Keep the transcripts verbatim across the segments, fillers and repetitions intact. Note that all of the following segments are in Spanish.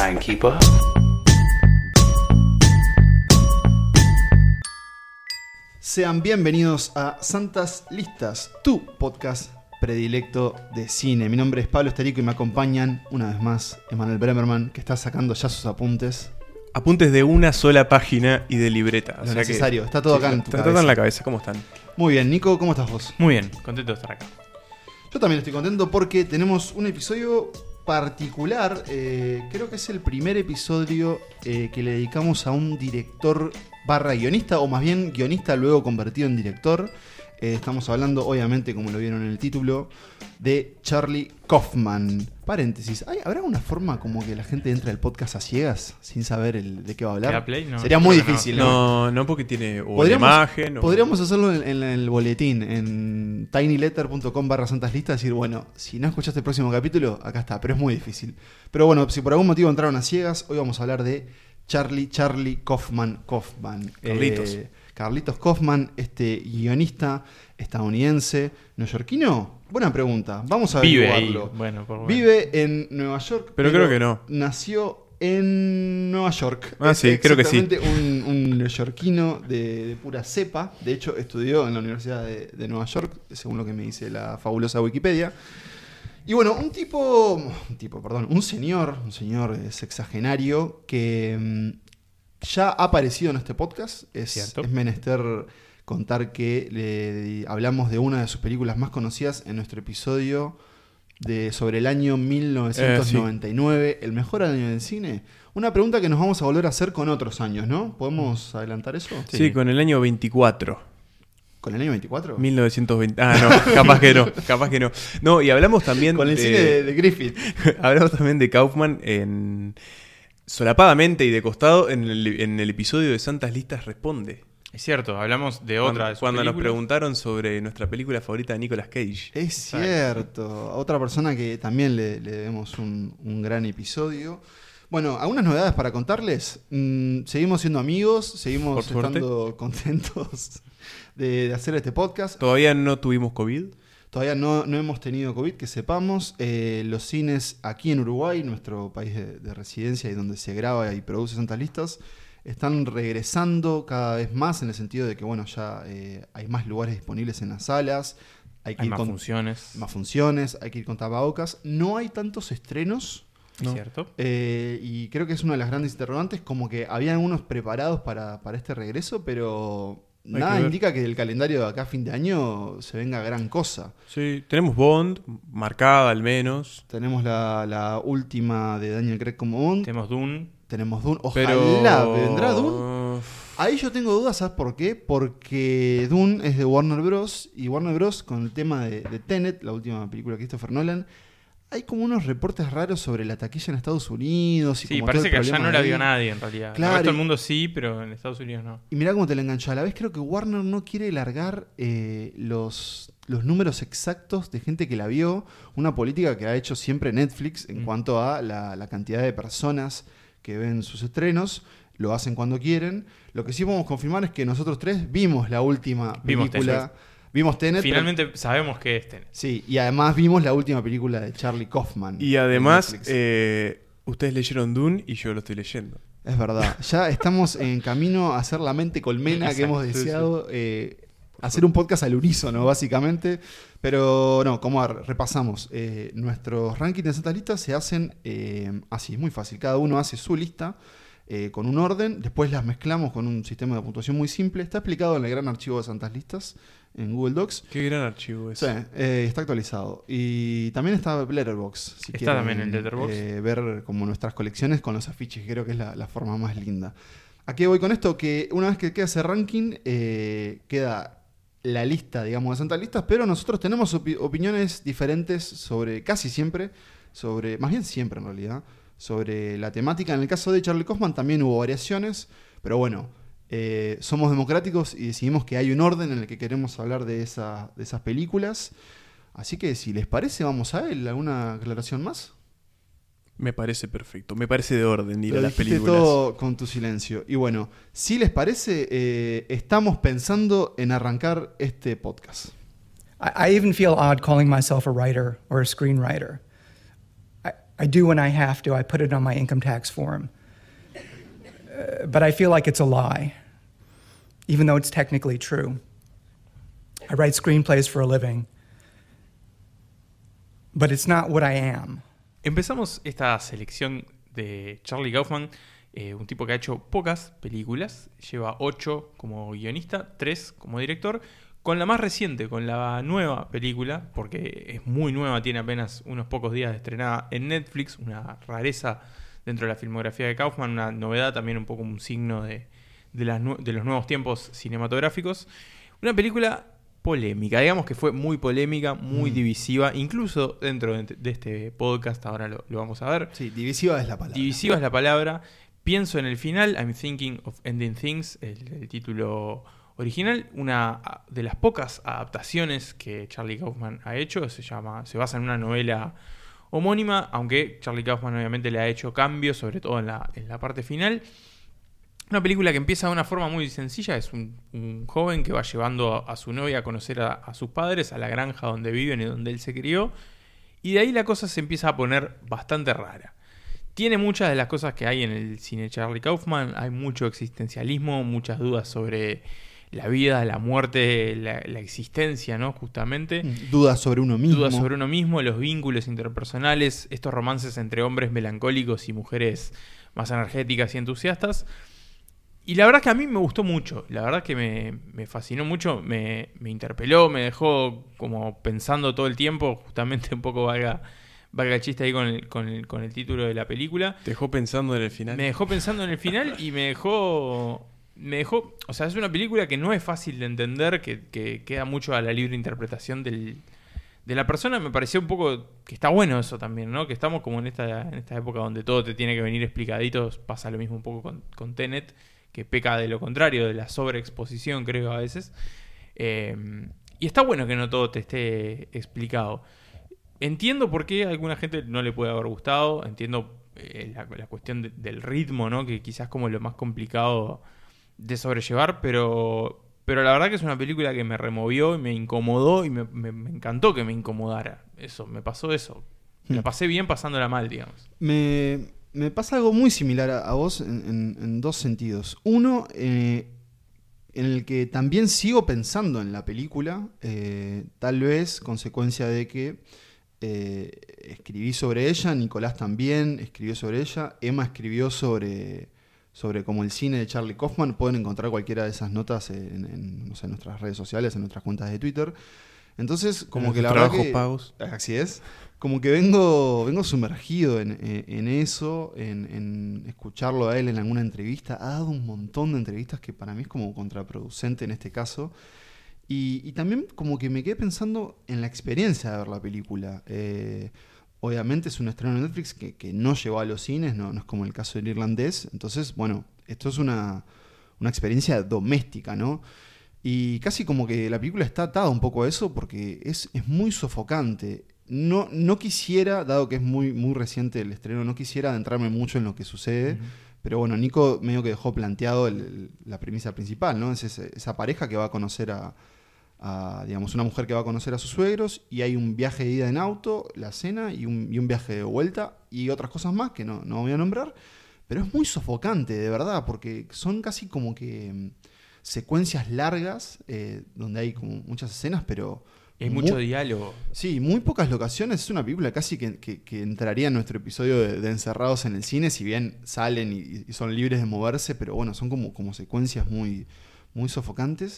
try and keep up. Sean bienvenidos a Santas Listas, tu podcast predilecto de cine. Mi nombre es Pablo Estarico y me acompañan una vez más Emanuel Bremerman, que está sacando ya sus apuntes. Apuntes de una sola página y de libreta. Lo necesario, que, está todo acá sí, en tu está cabeza. todo en la cabeza, ¿cómo están? Muy bien, Nico, ¿cómo estás vos? Muy bien, contento de estar acá. Yo también estoy contento porque tenemos un episodio particular. Eh, creo que es el primer episodio eh, que le dedicamos a un director barra guionista, o más bien guionista luego convertido en director. Eh, estamos hablando, obviamente, como lo vieron en el título, de Charlie Kaufman. Paréntesis, ¿hay, ¿habrá una forma como que la gente entre al podcast a ciegas sin saber el, de qué va a hablar? Play? No, Sería muy difícil, ¿no? No, no porque tiene o podríamos, imagen. O... Podríamos hacerlo en, en el boletín, en tinyletter.com barra santas listas, decir, bueno, si no escuchaste el próximo capítulo, acá está, pero es muy difícil. Pero bueno, si por algún motivo entraron a ciegas, hoy vamos a hablar de Charlie, Charlie Kaufman, Kaufman. Carlitos. Eh, Carlitos Kaufman, este guionista estadounidense, neoyorquino. Buena pregunta, vamos a Vive averiguarlo. ahí. Bueno, por bueno. Vive en Nueva York, pero, pero creo que no. Nació en Nueva York. Ah, es sí, creo que sí. Un, un neoyorquino de, de pura cepa. De hecho, estudió en la Universidad de, de Nueva York, según lo que me dice la fabulosa Wikipedia. Y bueno, un tipo, un tipo, perdón, un señor, un señor sexagenario que mmm, ya ha aparecido en este podcast. Es, es menester contar que le hablamos de una de sus películas más conocidas en nuestro episodio de sobre el año mil novecientos noventa y nueve, eh, sí. El mejor año del cine. Una pregunta que nos vamos a volver a hacer con otros años, ¿no? ¿Podemos adelantar eso? Sí, sí, con el año veinticuatro. ¿Con el año veinticuatro? mil novecientos veinte. Ah, no, capaz que no, capaz que no. No, y hablamos también con el de, cine de, de Griffith. Hablamos también de Kaufman en solapadamente y de costado en el, en el episodio de Santas Listas Responde. Es cierto, hablamos de otra cuando, de sus Cuando películas. Nos preguntaron sobre nuestra película favorita de Nicolas Cage. Es cierto. Otra persona que también le, le debemos un, un gran episodio. Bueno, algunas novedades para contarles. Mm, seguimos siendo amigos, seguimos estando contentos de, de hacer este podcast. Todavía no tuvimos COVID. Todavía no, no hemos tenido COVID, que sepamos. Eh, los cines aquí en Uruguay, nuestro país de, de residencia y donde se graba y produce Santas Listas, están regresando cada vez más en el sentido de que bueno ya eh, hay más lugares disponibles en las salas. Hay, que hay ir más con, funciones. Más funciones, hay que ir con tapabocas. No hay tantos estrenos. ¿Es no. cierto? Eh, y creo que es una de las grandes interrogantes, como que había algunos preparados para, para este regreso, pero hay nada que indica que el calendario de acá a fin de año se venga gran cosa. Sí, tenemos Bond, marcada al menos. Tenemos la, la última de Daniel Craig como Bond. Tenemos Dune. Tenemos Dune. Ojalá pero... vendrá Dune. Ahí yo tengo dudas, ¿sabes por qué? Porque Dune es de Warner Bros. Y Warner Bros. Con el tema de, de Tenet, la última película de Christopher Nolan, hay como unos reportes raros sobre la taquilla en Estados Unidos. Y sí, como parece todo el que allá no la ahí. vio nadie en realidad. Claro, el resto del mundo sí, pero en Estados Unidos no. Y mirá cómo te la enganchó. A la vez creo que Warner no quiere largar eh, los, los números exactos de gente que la vio. Una política que ha hecho siempre Netflix en mm. cuanto a la, la cantidad de personas que ven sus estrenos. Lo hacen cuando quieren. Lo que sí podemos confirmar es que nosotros tres vimos la última vimos película. Tenet. Vimos Tenet. Finalmente pero... sabemos que es Tenet. Sí, y además vimos la última película de Charlie Kaufman. Y además, eh, ustedes leyeron Dune y yo lo estoy leyendo. Es verdad. Ya estamos en camino a hacer la mente colmena que hemos deseado. Sí, sí. Eh, hacer un podcast al unísono, básicamente. Pero no, como repasamos. Eh, nuestros rankings de Santas Listas se hacen eh, así, es muy fácil. Cada uno hace su lista. Eh, con un orden, después las mezclamos con un sistema de puntuación muy simple. Está explicado en el gran archivo de Santas Listas en Google Docs. Qué gran archivo es. Sí, eh, está actualizado. Y también está Letterboxd. Si está quieren, también el Letterboxd. Eh, ver como nuestras colecciones con los afiches, que creo que es la, la forma más linda. ¿A qué voy con esto? Que una vez que queda ese ranking, eh, queda la lista, digamos, de Santas Listas, pero nosotros tenemos opi- opiniones diferentes sobre, casi siempre, sobre, más bien siempre en realidad, sobre la temática. En el caso de Charlie Kaufman también hubo variaciones, pero bueno, eh, somos democráticos y decidimos que hay un orden en el que queremos hablar de, esa, de esas películas. Así que si les parece, vamos a él. ¿Alguna aclaración más? Me parece perfecto, me parece de orden ir Lo a las dijiste películas. todo con tu silencio. Y bueno, si les parece, eh, estamos pensando en arrancar este podcast. I, I even feel odd calling myself a writer or a screenwriter. I, I do when I have to. I put it on my income tax form. Uh, but I feel like it's a lie, even though it's technically true. I write screenplays for a living, but it's not what I am. Empezamos esta selección de Charlie Kaufman, eh, un tipo que ha hecho pocas películas, lleva ocho como guionista, tres como director, con la más reciente, con la nueva película, porque es muy nueva, tiene apenas unos pocos días de estrenada en Netflix, una rareza dentro de la filmografía de Kaufman, una novedad, también un poco un signo de, de, las, de los nuevos tiempos cinematográficos. Una película polémica, digamos que fue muy polémica, muy mm. divisiva, incluso dentro de, de este podcast, ahora lo, lo vamos a ver. Sí, divisiva es la palabra. Divisiva es la palabra. Pienso en el final, I'm Thinking of Ending Things, el, el título original, una de las pocas adaptaciones que Charlie Kaufman ha hecho, se llama, se basa en una novela homónima, aunque Charlie Kaufman obviamente le ha hecho cambios, sobre todo en la, en la parte final. Una película que empieza de una forma muy sencilla, es un, un joven que va llevando a, a su novia a conocer a, a sus padres, a la granja donde viven y donde él se crió, y de ahí la cosa se empieza a poner bastante rara. Tiene muchas de las cosas que hay en el cine Charlie Kaufman, hay mucho existencialismo, muchas dudas sobre la vida, la muerte, la, la existencia, ¿no? Justamente. Dudas sobre uno mismo. Dudas sobre uno mismo, los vínculos interpersonales, estos romances entre hombres melancólicos y mujeres más energéticas y entusiastas. Y la verdad es que a mí me gustó mucho, la verdad es que me, me fascinó mucho, me, me interpeló, me dejó como pensando todo el tiempo, justamente un poco valga, valga el chiste ahí con el, con, el, con el título de la película. ¿Te dejó pensando en el final? Me dejó pensando en el final y me dejó... Me dejó, o sea, es una película que no es fácil de entender, que, que queda mucho a la libre interpretación del, de la persona. Me pareció un poco que está bueno eso también, ¿no? Que estamos como en esta, en esta época donde todo te tiene que venir explicadito. Pasa lo mismo un poco con, con Tenet, que peca de lo contrario, de la sobreexposición, creo, a veces. Eh, y está bueno que no todo te esté explicado. Entiendo por qué a alguna gente no le puede haber gustado. Entiendo eh, la, la cuestión de, del ritmo, ¿no? Que quizás como lo más complicado de sobrellevar, pero, pero la verdad que es una película que me removió y me incomodó y me, me, me encantó que me incomodara. Eso, me pasó eso. La pasé bien pasándola mal, digamos. Me, me pasa algo muy similar a, a vos en, en, en dos sentidos. Uno, eh, en el que también sigo pensando en la película, eh, tal vez consecuencia de que eh, escribí sobre ella, Nicolás también escribió sobre ella, Emma escribió sobre... sobre como el cine de Charlie Kaufman. Pueden encontrar cualquiera de esas notas en, en, no sé, en nuestras redes sociales, en nuestras cuentas de Twitter. Entonces, como en que la verdad trabajos que, pagos. así es, como que vengo, vengo sumergido en, en, en eso, en, en escucharlo a él en alguna entrevista. Ha dado un montón de entrevistas que para mí es como contraproducente en este caso. Y, y también como que me quedé pensando en la experiencia de ver la película. Eh, Obviamente es un estreno de Netflix que, que no llegó a los cines, no, no es como el caso del irlandés. Entonces, bueno, esto es una, una experiencia doméstica, ¿no? Y casi como que la película está atada un poco a eso porque es, es muy sofocante. No, no quisiera, dado que es muy, muy reciente el estreno, no quisiera adentrarme mucho en lo que sucede. Uh-huh. Pero bueno, Nico medio que dejó planteado el, el, la premisa principal, ¿no? Es ese, esa pareja que va a conocer a... A, digamos, una mujer que va a conocer a sus suegros y hay un viaje de ida en auto, la cena y un, y un viaje de vuelta y otras cosas más que no, no voy a nombrar, pero es muy sofocante, de verdad, porque son casi como que um, secuencias largas eh, donde hay como muchas escenas, pero... Hay muy, mucho diálogo. Sí, muy pocas locaciones. Es una película casi que, que, que entraría en nuestro episodio de, de Encerrados en el cine, si bien salen y, y son libres de moverse, pero bueno, son como, como secuencias muy, muy sofocantes.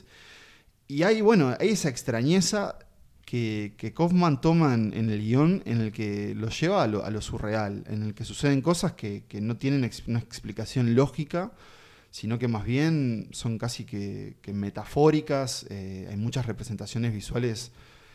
Y hay, bueno, hay esa extrañeza que, que Kaufman toma en, en el guión, en el que lo lleva a lo, a lo surreal, en el que suceden cosas que, que no tienen ex, una explicación lógica, sino que más bien son casi que, que metafóricas. Eh, hay muchas representaciones visuales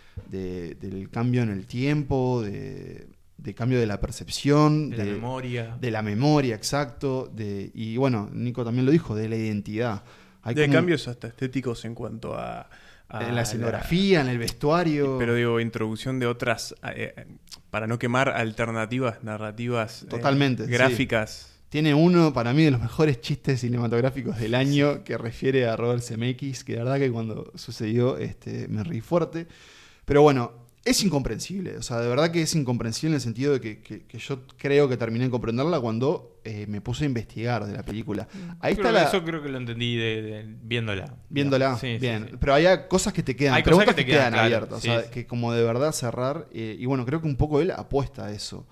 de, del cambio en el tiempo, de, de cambio de la percepción, de, de la memoria. De la memoria, exacto. De, y bueno, Nico también lo dijo, de la identidad. Hay de como cambios hasta estéticos en cuanto a... a en la escenografía, la, en el vestuario. Pero digo, introducción de otras... Eh, para no quemar alternativas narrativas totalmente, eh, gráficas. Sí. Tiene uno, para mí, de los mejores chistes cinematográficos del año, sí, que refiere a Robert Zemeckis, que de verdad que cuando sucedió este, me reí fuerte. Pero bueno, es incomprensible. O sea, de verdad que es incomprensible en el sentido de que, que, que yo creo que terminé de comprenderla cuando eh, me puse a investigar de la película. Ahí Creo está que la... Eso creo que lo entendí de, de- viéndola. Viéndola, Sí, sí, bien. sí. Pero hay cosas que te quedan, Hay cosas preguntas que que, te quedan, quedan claro. abiertas. Sí, o sea, sí. que como de verdad cerrar. eh, y bueno, creo que un poco él apuesta a eso.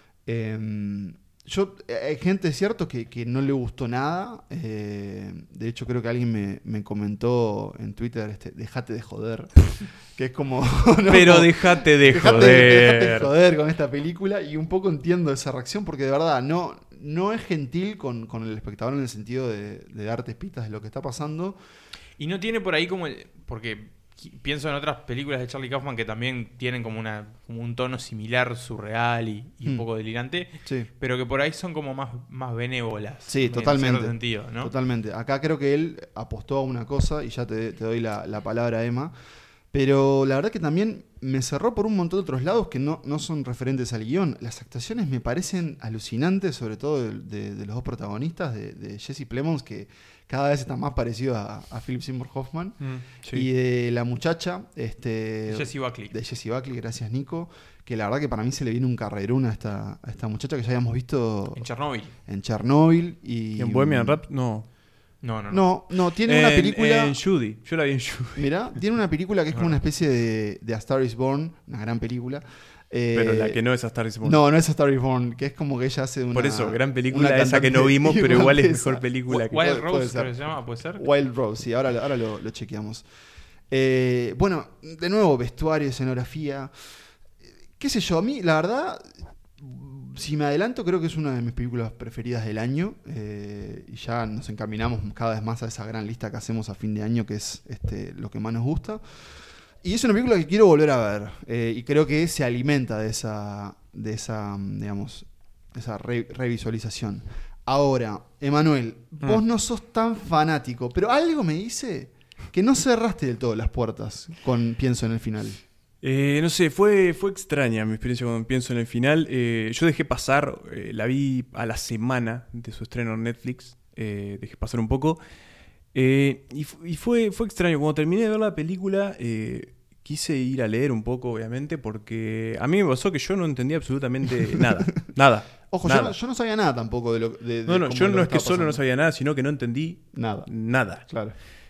Eh, yo, eh, hay gente, es cierto, que, que no le gustó nada. eh, de hecho, creo que alguien me, me comentó en Twitter, este, dejate de joder. Que es como... ¿no? Pero Como, déjate de dejate, joder. dejate de joder con esta película. Y un poco entiendo esa reacción porque de verdad no, no es gentil con, con el espectador en el sentido de, de darte pistas de lo que está pasando. Y no tiene por ahí como el, porque qui- pienso en otras películas de Charlie Kaufman que también tienen como una como un tono similar, surreal y, y un Hmm. poco delirante, Sí. pero que por ahí son como más, más benévolas. Sí, en totalmente. cierto sentido, ¿no? Totalmente. Acá creo que él apostó a una cosa y ya te, te doy la, la palabra, Emma. Pero la verdad que también me cerró por un montón de otros lados que no, no son referentes al guión. Las actuaciones me parecen alucinantes, sobre todo de, de- de los dos protagonistas, de, de Jesse Plemons, que cada vez está más parecido a, a Philip Seymour Hoffman. Mm, sí. Y de la muchacha, este, Jesse Buckley. de Jessie Buckley, gracias Nico, que la verdad que para mí se le viene un carrerón a esta, a esta muchacha que ya habíamos visto En Chernobyl. en Chernobyl. Y, ¿Y en Bohemian Rhap? No. No, no, no. No, no, tiene una En- película... En Judy. Yo la vi en Judy. Mirá, tiene una película que es como una especie de, de A Star is Born, una gran película. Eh, Pero la que no es A Star is Born. No, no es A Star is Born, que es como que ella hace una... Por eso, gran película una esa que no cantante vimos, pero igual es irlandesa. mejor película que... Puede- Wild puede Rose ser. creo que se llama, ¿puede ser? Wild Rose, sí, ahora, ahora lo, lo chequeamos. Eh, bueno, de nuevo, vestuario, escenografía. Eh, Qué sé yo, a mí, la verdad, si me adelanto, creo que es una de mis películas preferidas del año. eh, y ya nos encaminamos cada vez más a esa gran lista que hacemos a fin de año, que es este, lo que más nos gusta. Y es una película que quiero volver a ver. eh, y creo que se alimenta de esa, de esa digamos, de esa re- revisualización. Ahora, Emanuel, vos no sos tan fanático, pero algo me dice que no cerraste del todo las puertas con Pienso en el final. Eh, no sé, fue, fue extraña mi experiencia cuando pienso en el final. Eh, yo dejé pasar, eh, la vi a la semana de su estreno en Netflix. eh, dejé pasar un poco. Eh, y fu- y fue, fue extraño. Cuando terminé de ver la película, eh, quise ir a leer un poco, obviamente, porque a mí me pasó que yo no entendía absolutamente nada. Nada. Ojo, yo nada. no, yo no sabía nada tampoco de lo de, de No, no, cómo yo lo no es que estaba solo no pasando. sabía nada, sino que no entendí Nada, nada. claro.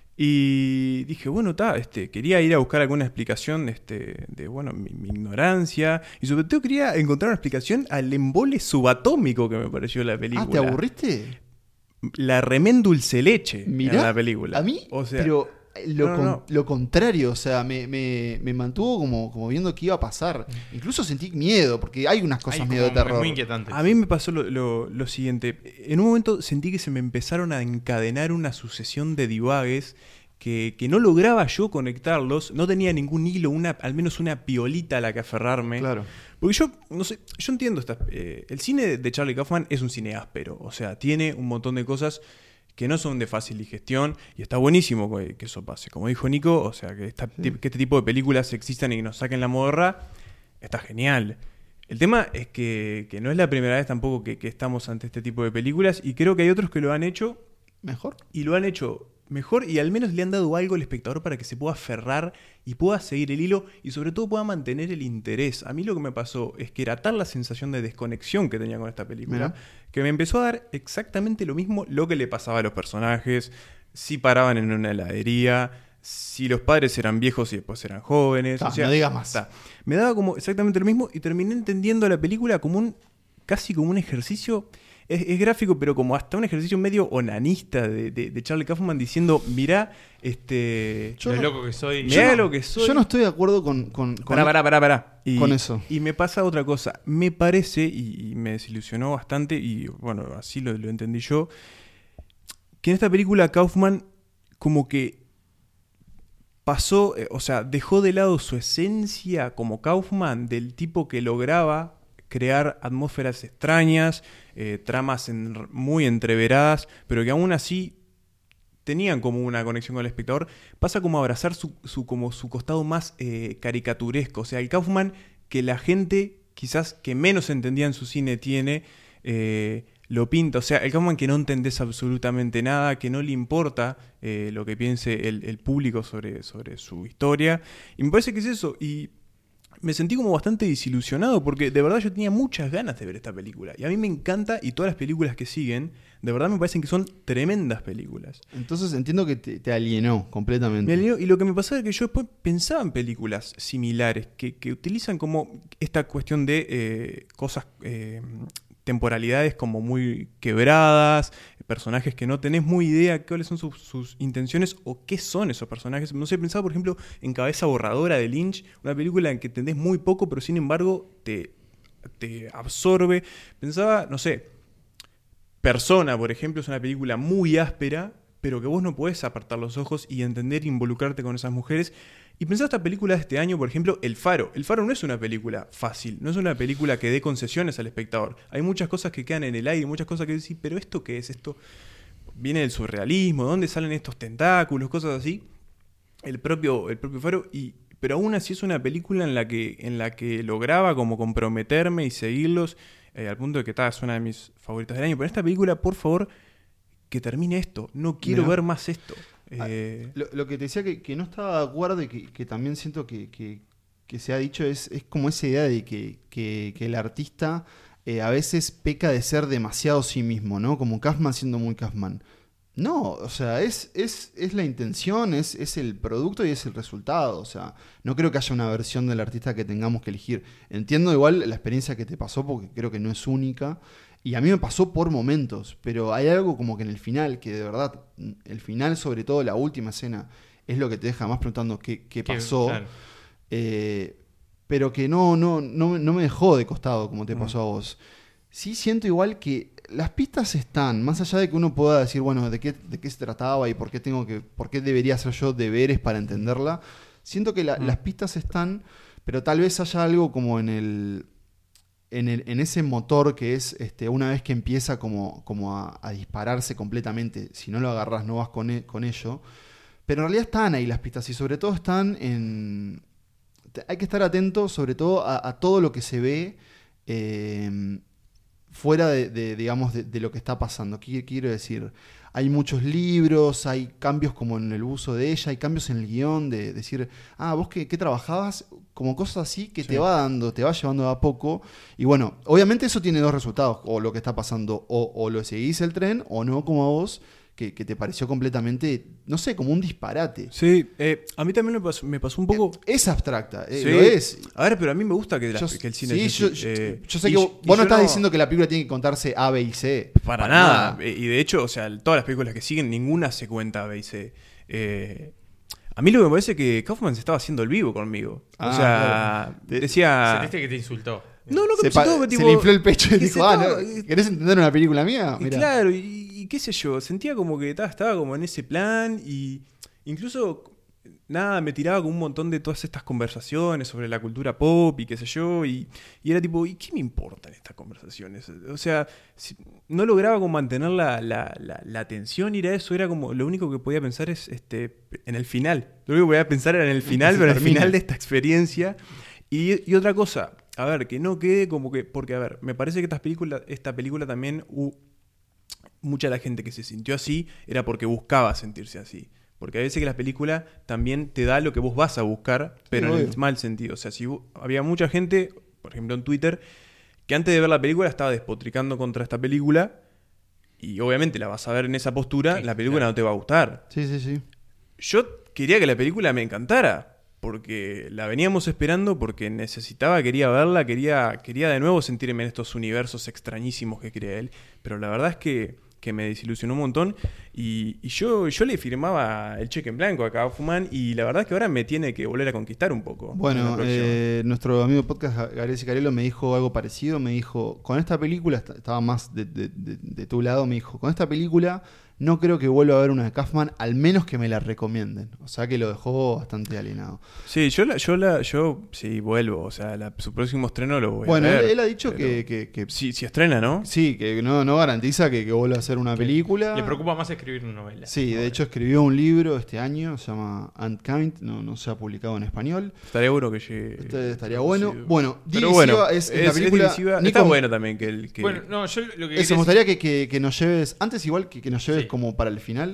Y dije, bueno, está, este, quería ir a buscar alguna explicación este, de, bueno, mi, mi ignorancia. Y sobre todo quería encontrar una explicación al embole subatómico que me pareció la película. Ah, ¿te aburriste? La remen dulce leche Mirá, en la película. a mí, o sea, pero lo, no, con- no. lo contrario, o sea, me, me, me mantuvo como, como viendo qué iba a pasar. Incluso sentí miedo, porque hay unas cosas Hay medio de como- es terror. muy inquietante. a mí me pasó lo, lo- lo siguiente. En un momento sentí que se me empezaron a encadenar una sucesión de divagues que, que no lograba yo conectarlos. No tenía ningún hilo, una, al menos una piolita a la que aferrarme. Claro. Porque yo, no sé, yo entiendo esta, eh, el cine de Charlie Kaufman es un cine áspero, o sea, tiene un montón de cosas que no son de fácil digestión y está buenísimo que, que eso pase. Como dijo Nico, o sea, que, esta, Sí. que este tipo de películas existan y que nos saquen la modorra, está genial. El tema es que, que no es la primera vez tampoco que, que estamos ante este tipo de películas y creo que hay otros que lo han hecho ¿Mejor? y lo han hecho mejor y al menos le han dado algo al espectador para que se pueda aferrar y pueda seguir el hilo y sobre todo pueda mantener el interés. A mí lo que me pasó es que era tal la sensación de desconexión que tenía con esta película Mirá. que me empezó a dar exactamente lo mismo lo que le pasaba a los personajes, si paraban en una heladería, si los padres eran viejos y después eran jóvenes. Ta, o sea, no digas más. ta. Me daba como exactamente lo mismo y terminé entendiendo la película como un casi como un ejercicio. Es, es gráfico, pero como hasta un ejercicio medio onanista de, de, de Charlie Kaufman diciendo, mirá, este... Yo lo no- loco que soy. Mirá yo no- lo que soy. Yo no estoy de acuerdo con... con, con- Pará, pará, pará, pará. Y, con eso. Y me pasa otra cosa. Me parece, y, y me desilusionó bastante, y bueno, así lo, lo entendí yo, que en esta película Kaufman como que pasó, eh, o sea, dejó de lado su esencia como Kaufman, del tipo que lograba crear atmósferas extrañas, eh, tramas en- muy entreveradas, pero que aún así tenían como una conexión con el espectador, pasa como a abrazar su, su, como su costado más eh, caricaturesco. O sea, el Kaufman que la gente quizás que menos entendía en su cine tiene, eh, lo pinta. O sea, el Kaufman que no entendés absolutamente nada, que no le importa eh, lo que piense el, el público sobre, sobre su historia. Y me parece que es eso. Y me sentí como bastante desilusionado porque de verdad yo tenía muchas ganas de ver esta película. Y a mí me encanta, y todas las películas que siguen, de verdad me parecen que son tremendas películas. Entonces entiendo que te, te alienó completamente. Me alienó, y lo que me pasaba es que yo después pensaba en películas similares que, que utilizan como esta cuestión de eh, cosas, eh, temporalidades como muy quebradas, personajes que no tenés muy idea cuáles son sus, sus intenciones o qué son esos personajes. No sé, pensaba por ejemplo en Cabeza Borradora de Lynch, una película en que entendés muy poco, pero sin embargo te, te absorbe. Pensaba, no sé, Persona, por ejemplo, es una película muy áspera, pero que vos no podés apartar los ojos y entender e involucrarte con esas mujeres. Y pensaba esta película de este año, por ejemplo, El Faro. El Faro no es una película fácil, no es una película que dé concesiones al espectador. Hay muchas cosas que quedan en el aire, muchas cosas que decís, pero ¿esto qué es? ¿Esto viene del surrealismo? ¿Dónde salen estos tentáculos? Cosas así. El propio, el propio Faro. Y, pero aún así es una película en la que, en la que lograba como comprometerme y seguirlos, eh, al punto de que ta, es una de mis favoritas del año. Pero en esta película, por favor, que termine esto. No quiero Mirá. ver más esto. Eh... Lo, lo que te decía que, que no estaba de acuerdo y que, que también siento que, que, que se ha dicho es, es como esa idea de que, que, que el artista eh, a veces peca de ser demasiado sí mismo, ¿no? Como Kaufman siendo muy Kaufman. No, o sea, es, es, es la intención, es, es el producto y es el resultado. O sea, no creo que haya una versión del artista que tengamos que elegir. Entiendo igual la experiencia que te pasó porque creo que no es única. Y a mí me pasó por momentos, pero hay algo como que en el final, que de verdad, el final, sobre todo la última escena, es lo que te deja más preguntando qué, qué pasó. Claro. Eh, pero que no, no, no, no me dejó de costado como te pasó a vos. Sí siento igual que las pistas están, más allá de que uno pueda decir, bueno, de qué, de qué se trataba y por qué tengo que, por qué debería hacer yo deberes para entenderla. Siento que la, mm. las pistas están, pero tal vez haya algo como en el... En, el, en ese motor que es, este, una vez que empieza como, como a, a dispararse completamente, si no lo agarras no vas con, e, con ello, pero en realidad están ahí las pistas y sobre todo están en... Hay que estar atento sobre todo a, a todo lo que se ve eh, fuera de, de, digamos, de, de lo que está pasando. ¿Qué quiero decir? Hay muchos libros, hay cambios como en el uso de ella, hay cambios en el guión de decir, ah, vos qué, qué trabajabas, como cosas así que sí. te va dando, te va llevando a poco. Y bueno, obviamente eso tiene dos resultados, o lo que está pasando, o, o lo seguís el tren, o no como a vos, que, que te pareció completamente, no sé, como un disparate. Sí, eh, a mí también me pasó, me pasó un poco... Es abstracta, eh, sí. lo es. A ver, pero a mí me gusta que, la, yo, que el cine... Sí, es yo, así. yo, Eh, yo sé y, que vos, vos no estás no, diciendo que la película tiene que contarse A, B y C. Para, para nada. nada. Y de hecho, o sea, todas las películas que siguen, ninguna se cuenta A, B y C. Eh... A mí lo que me parece es que Kaufman se estaba haciendo el vivo conmigo. Ah, o sea, claro. decía... Sentiste que te insultó. No, no, que se, me pa- insultó, se tipo, le infló el pecho y dijo, ah, estaba, ¿no? ¿Querés entender una película mía? Y Mirá. claro, y, y qué sé yo, sentía como que estaba, estaba como en ese plan y incluso... Nada, me tiraba con un montón de todas estas conversaciones sobre la cultura pop y qué sé yo, y, y era tipo, ¿y qué me importan estas conversaciones? O sea, si, no lograba como mantener la, la, la, la atención, y era eso, era como, lo único que podía pensar es este en el final. Lo único que podía pensar era en el final, pero en el final de esta experiencia. Y, y otra cosa, a ver, que no quede como que, porque a ver, me parece que estas películas, esta película también, uh, mucha de la gente que se sintió así era porque buscaba sentirse así. Porque a veces que la película también te da lo que vos vas a buscar, pero sí, en el mal sentido. O sea, si vos, había mucha gente, por ejemplo en Twitter, que antes de ver la película estaba despotricando contra esta película, y obviamente la vas a ver en esa postura, sí, la película claro. no te va a gustar. Sí, sí, sí. Yo quería que la película me encantara, porque la veníamos esperando, porque necesitaba, quería verla, quería, quería de nuevo sentirme en estos universos extrañísimos que crea él. Pero la verdad es que... que me desilusionó un montón, y, y yo, yo le firmaba el cheque en blanco a Kaufman, y la verdad es que ahora me tiene que volver a conquistar un poco. Bueno, eh, nuestro amigo de podcast, Gabriel Sicarello, me dijo algo parecido, me dijo, con esta película, estaba más de, de, de, de tu lado, me dijo, con esta película no creo que vuelva a ver una de Kaufman, al menos que me la recomienden. O sea que lo dejó bastante alienado. Sí, yo la, yo la, yo sí vuelvo, o sea, la, su próximo estreno lo voy bueno, a ver. Bueno, él, él ha dicho que, que, que si, si estrena, ¿no? Sí, que no, no garantiza que, que vuelva a hacer una película. Le preocupa más escribir una novela. Sí, de hecho escribió un libro este año, se llama Unkind, no, no se ha publicado en español. Estaría bueno que llegue. Este estaría bueno. Sí. Bueno, Pero bueno, es, es la película. Es divisiva. Está bueno también que el. Que... Bueno, no, yo lo que. Eso, me gustaría que, que, que nos lleves, antes igual que, que nos lleves sí. como para el final.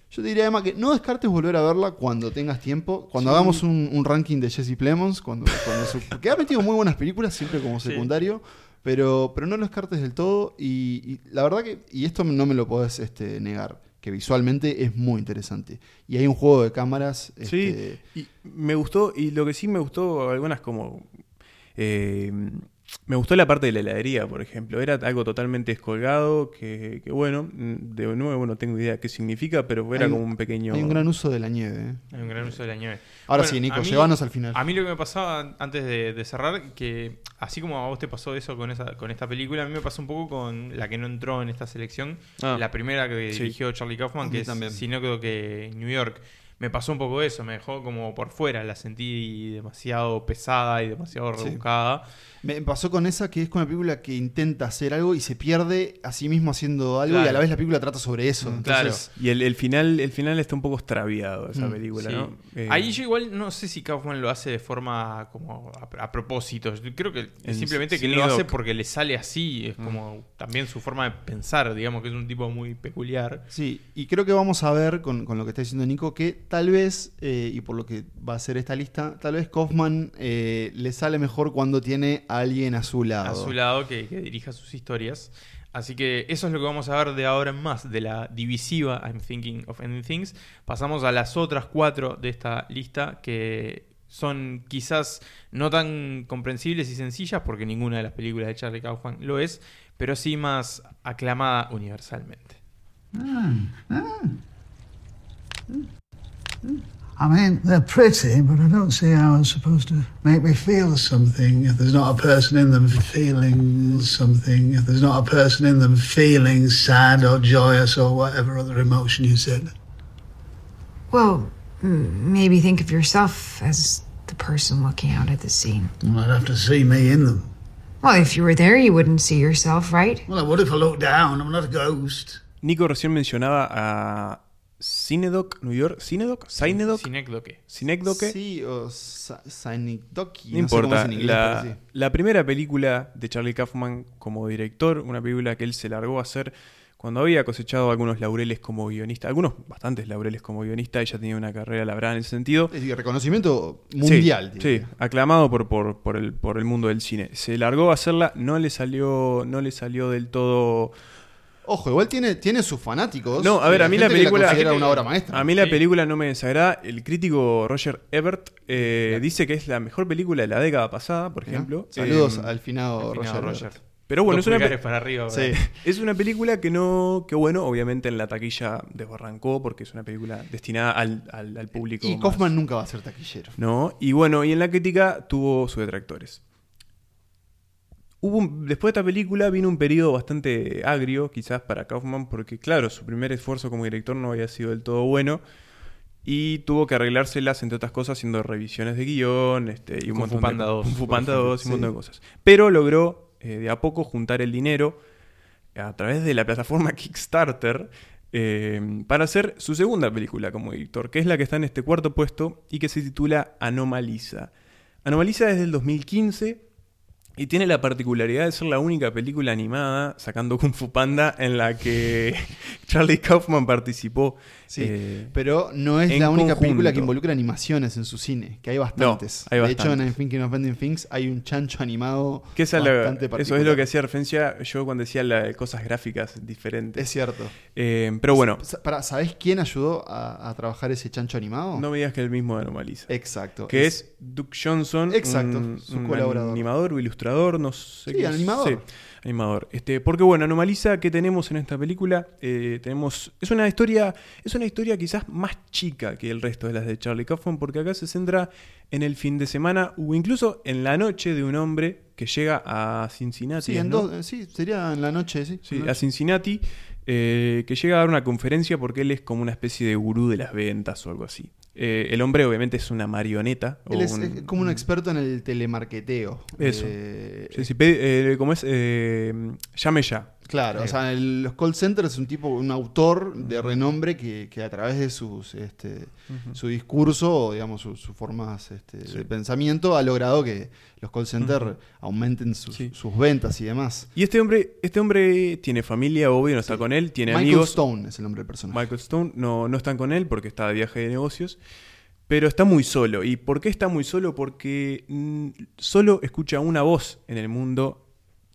Yo te diría, Emma, que no descartes volver a verla cuando tengas tiempo. Cuando Sí. hagamos un, un ranking de Jesse Plemons, cuando, cuando su- porque ha metido muy buenas películas, siempre como Sí. secundario, pero, pero no lo descartes del todo. Y, y la verdad que, y esto no me lo podés este, negar, que visualmente es muy interesante. Y hay un juego de cámaras. Sí, este, y me gustó, y lo que sí me gustó, algunas como... eh, me gustó la parte de la heladería, por ejemplo. Era algo totalmente descolgado, que, que bueno, de nuevo no tengo idea qué significa, pero era Hay un- como un pequeño... Hay un gran uso de la nieve. ¿eh? Hay un gran uso de la nieve. Ahora Bueno, sí, Nico, a mí- llévanos al final. A mí lo que me pasaba antes de, de cerrar, que así como a vos te pasó eso con esa con esta película, a mí me pasó un poco con la que no entró en esta selección, Ah. la primera que Sí. dirigió Charlie Kaufman, A que mí es también. Sino que New York. Me pasó un poco eso, me dejó como por fuera, la sentí demasiado pesada y demasiado Sí. rebuscada. Me pasó con esa que es con una película que intenta hacer algo y se pierde a sí mismo haciendo algo Claro. y a la vez la película trata sobre eso. Mm, Entonces, Y el, el final el final está un poco extraviado, esa Mm, película, Sí. ¿no? Eh, Ahí yo igual no sé si Kaufman lo hace de forma como a, a propósito. Yo creo que En es simplemente que Cine lo hace Doc. porque le sale así. Es como también su forma de pensar, digamos que es un tipo muy peculiar. sí, y creo que vamos a ver con, con lo que está diciendo Nico que tal vez, eh, y por lo que va a ser esta lista, tal vez Kaufman eh, le sale mejor cuando tiene a alguien a su lado. A su lado que, que dirija sus historias. Así que eso es lo que vamos a ver de ahora en más de la divisiva I'm Thinking of Ending Things. Pasamos a las otras cuatro de esta lista que son quizás no tan comprensibles y sencillas porque ninguna de las películas de Charlie Kaufman lo es, pero sí más aclamada universalmente. I mean, they're pretty, but I don't see how it's supposed to make me feel something if there's not a person in them feeling something, if there's not a person in them feeling sad or joyous or whatever other emotion you said. Well, m- maybe think of yourself as the person looking out at the scene. Well, I'd have to see me in them. Well, if you were there, you wouldn't see yourself, right? Well, I would if I looked down. I'm not a ghost. Nico recién mencionaba a Cinedoc, New York. ¿Cinedoc? ¿Cinedoc? Sinécdoque. ¿Cinedoque? Sí, o Sa- Synecdoche, No no sé cómo importa. es en inglés, la, pero sí. la primera película de Charlie Kaufman como director, una película que él se largó a hacer cuando había cosechado algunos laureles como guionista, algunos bastantes laureles como guionista, ella tenía una carrera labrada en ese sentido. Es decir, reconocimiento mundial. Sí, sí, diría. aclamado por, por, por, el, por el mundo del cine. Se largó a hacerla, no le salió, no le salió del todo. Ojo, igual tiene, tiene sus fanáticos. No, a ver, eh, a mí la gente que película- considera gente- una obra maestra. A mí la Sí. película no me desagrada. El crítico Roger Ebert eh, Claro. dice que es la mejor película de la década pasada, por Mirá, ejemplo. Saludos Eh, al finado Al final, Roger. Roger. Ebert. Pero bueno, Dos es una, pulgares pe- para arriba. Sí. ¿verdad? es una película que no, que bueno, obviamente en la taquilla desbarrancó porque es una película destinada al, al, al público. Y más- Kaufman nunca va a ser taquillero. No, y bueno, y en la crítica tuvo sus detractores. Hubo un- después de esta película vino un periodo bastante agrio, quizás para Kaufman, porque claro, su primer esfuerzo como director no había sido del todo bueno y tuvo que arreglárselas, entre otras cosas, haciendo revisiones de guión este, y un Kung montón Fu Panda de dos, Kung Fu por Panda ejemplo, dos y un montón sí. de cosas. Pero logró eh, de a poco juntar el dinero a través de la plataforma Kickstarter eh, para hacer su segunda película como director, que es la que está en este cuarto puesto y que se titula Anomaliza. Anomaliza es del dos mil quince y tiene la particularidad de ser la única película animada, sacando Kung Fu Panda, en la que Charlie Kaufman participó. Sí, eh, pero no es en la única conjunto. película que involucra animaciones en su cine, que hay bastantes. hay De hecho, en bastantes. I'm Thinking of Ending Things hay un chancho animado que esa es la- bastante eso particular. es lo que hacía referencia yo cuando decía la- cosas gráficas diferentes. Es cierto. Eh, pero bueno, Sa- pará, ¿sabés quién ayudó a, a trabajar ese chancho animado? no me digas que el mismo de Anomaliza. Exacto. Que es Duke Johnson, Exacto, un, su un colaborador. animador o ilustrador, no sé. Sí, qué es. animador. Sí, animador. Este, porque bueno, Anomaliza, ¿qué tenemos en esta película? Eh, tenemos es una historia es una historia quizás más chica que el resto de las de Charlie Kaufman, porque acá se centra en el fin de semana o incluso en la noche de un hombre que llega a Cincinnati. Sí, en ¿no? dos- eh, sí, sería en la noche, sí. Sí, En la a noche. Cincinnati, eh, que llega a dar una conferencia porque él es como una especie de gurú de las ventas o algo así. Eh, el hombre obviamente es una marioneta. o Él es, un- es como un experto en el telemarketeo. Eso. Eh, Sí, sí, pe- eh, ¿cómo es? Eh, llame ya. Claro, Eh, o sea, el- los call centers es un tipo, un autor de renombre que, que a través de sus, este, Ujú. su discurso, o digamos, sus, sus formas este, Sí. de pensamiento, ha logrado que los call centers Ujú. aumenten sus, Sí. sus ventas y demás. Y este hombre, este hombre tiene familia, obvio, no está Sí. con él, tiene Michael amigos. Stone es el nombre del personaje. Michael Stone no, no están con él porque está de viaje de negocios, pero está muy solo. ¿Y por qué está muy solo? Porque mm, solo escucha una voz en el mundo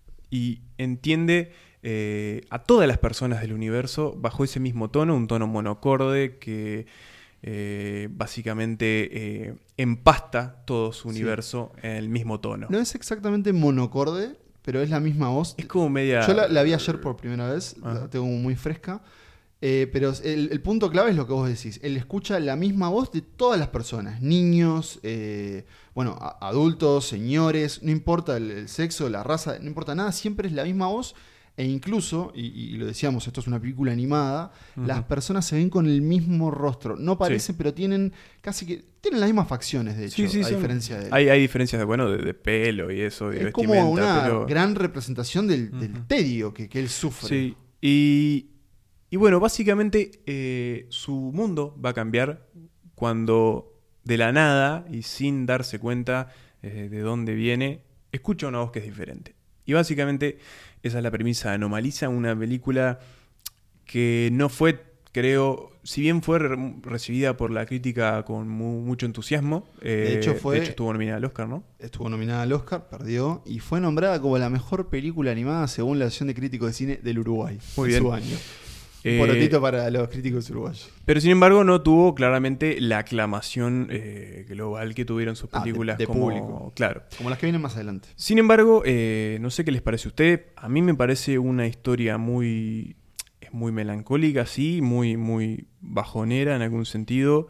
y entiende eh, a todas las personas del universo bajo ese mismo tono, un tono monocorde que eh, básicamente eh, empasta todo su Sí. universo en el mismo tono. No es exactamente monocorde, pero es la misma voz. Es como media... Yo la, la vi ayer por primera vez, Ajá. la tengo muy fresca. Eh, pero el, el punto clave es lo que vos decís. Él escucha la misma voz de todas las personas. Niños, eh, bueno, a- adultos, señores, no importa el, el sexo, la raza, no importa nada, siempre es la misma voz. E incluso, y, y lo decíamos, esto es una película animada, Ujú. las personas se ven con el mismo rostro. No parecen, pero tienen casi que... Tienen las mismas facciones, de hecho, Sí, sí, a son- diferencia de él. Hay, hay diferencias de, bueno, de, de pelo y eso, de Es como vestimenta, una pero... gran representación del, del Ujú. tedio que, que él sufre. Sí, y, y bueno, básicamente eh, su mundo va a cambiar cuando de la nada y sin darse cuenta eh, de dónde viene, escucha una voz que es diferente. Y básicamente esa es la premisa de Anomaliza, una película que no fue, creo, si bien fue re- recibida por la crítica con mu- mucho entusiasmo, eh, De hecho, fue- de hecho estuvo nominada al Oscar, ¿no? Estuvo nominada al Oscar, perdió, y fue nombrada como la mejor película animada según la Asociación de Críticos de Cine del Uruguay. Muy en bien. su año. Eh, Un porotito para los críticos uruguayos. Pero sin embargo no tuvo claramente la aclamación eh, global que tuvieron sus Ah, de- películas de como... público. Claro. Como las que vienen más adelante. Sin embargo, eh, no sé qué les parece a usted. A mí me parece una historia muy... Es muy melancólica, sí, muy, muy bajonera en algún sentido.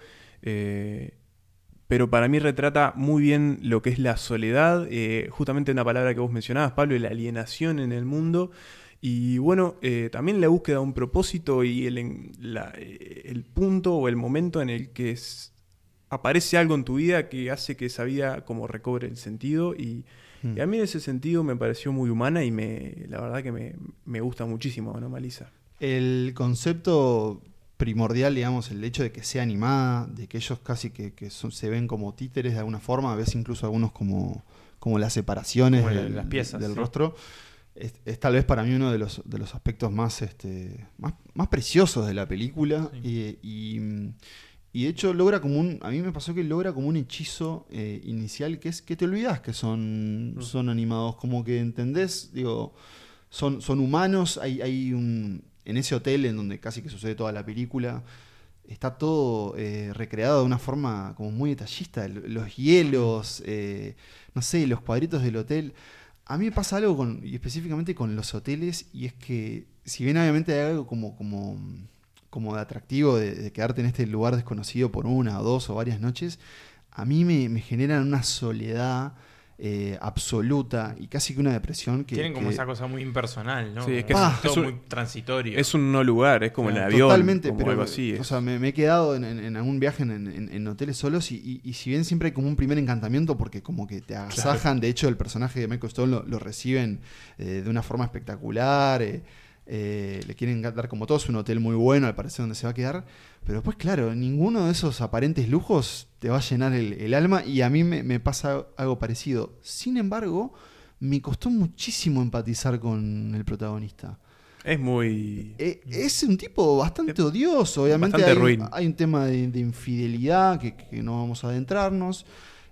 eh, pero para mí retrata muy bien lo que es la soledad. eh, justamente una palabra que vos mencionabas, Pablo, la alienación en el mundo. Y bueno, eh, también la búsqueda de un propósito y el, en- la- eh, el punto o el momento en el que es- aparece algo en tu vida que hace que esa vida como recobre el sentido. Y, Mm. y a mí en ese sentido me pareció muy humana y me, la verdad que me, me gusta muchísimo Anomaliza. El concepto primordial, digamos, el hecho de que sea animada, de que ellos casi que, que son- se ven como títeres de alguna forma, a veces incluso algunos como, como las separaciones Como la- del, las piezas, del sí. rostro, es, es tal vez para mí uno de los, de los aspectos más, este, más, más preciosos de la película. Sí. Y, y, y de hecho logra como un, a mí me pasó que logra como un hechizo eh, inicial que es que te olvidas que son, Mm. son animados, como que entendés, digo, son, son humanos, hay, hay un... En ese hotel en donde casi que sucede toda la película, está todo eh, recreado de una forma como muy detallista. el- Los hielos, eh, no sé, los cuadritos del hotel. A mí me pasa algo con, y específicamente con los hoteles, y es que si bien obviamente hay algo como, como, como de atractivo de, de quedarte en este lugar desconocido por una o dos o varias noches, a mí me, me generan una soledad eh, absoluta y casi que una depresión que... Tienen como que- esa cosa muy impersonal, ¿no? Sí, es Como que es- todo es un- muy transitorio. Es un no lugar, es como en el Claro, avión, totalmente, como pero algo así. o es- sea, me, me he quedado en, en- en algún viaje en, en- en hoteles solos y, y- y si bien siempre hay como un primer encantamiento porque como que te agasajan, de hecho el personaje de Michael Stone lo, lo reciben eh, de una forma espectacular, eh, eh, le quieren dar como todo, es un hotel muy bueno al parecer donde se va a quedar, pero después claro, ninguno de esos aparentes lujos te va a llenar el, el alma y a mí me, me pasa algo parecido. Sin embargo, me costó muchísimo empatizar con el protagonista. es muy... Eh, es un tipo bastante odioso, obviamente Bastante hay, ruin. hay un tema de, de infidelidad que, que no vamos a adentrarnos.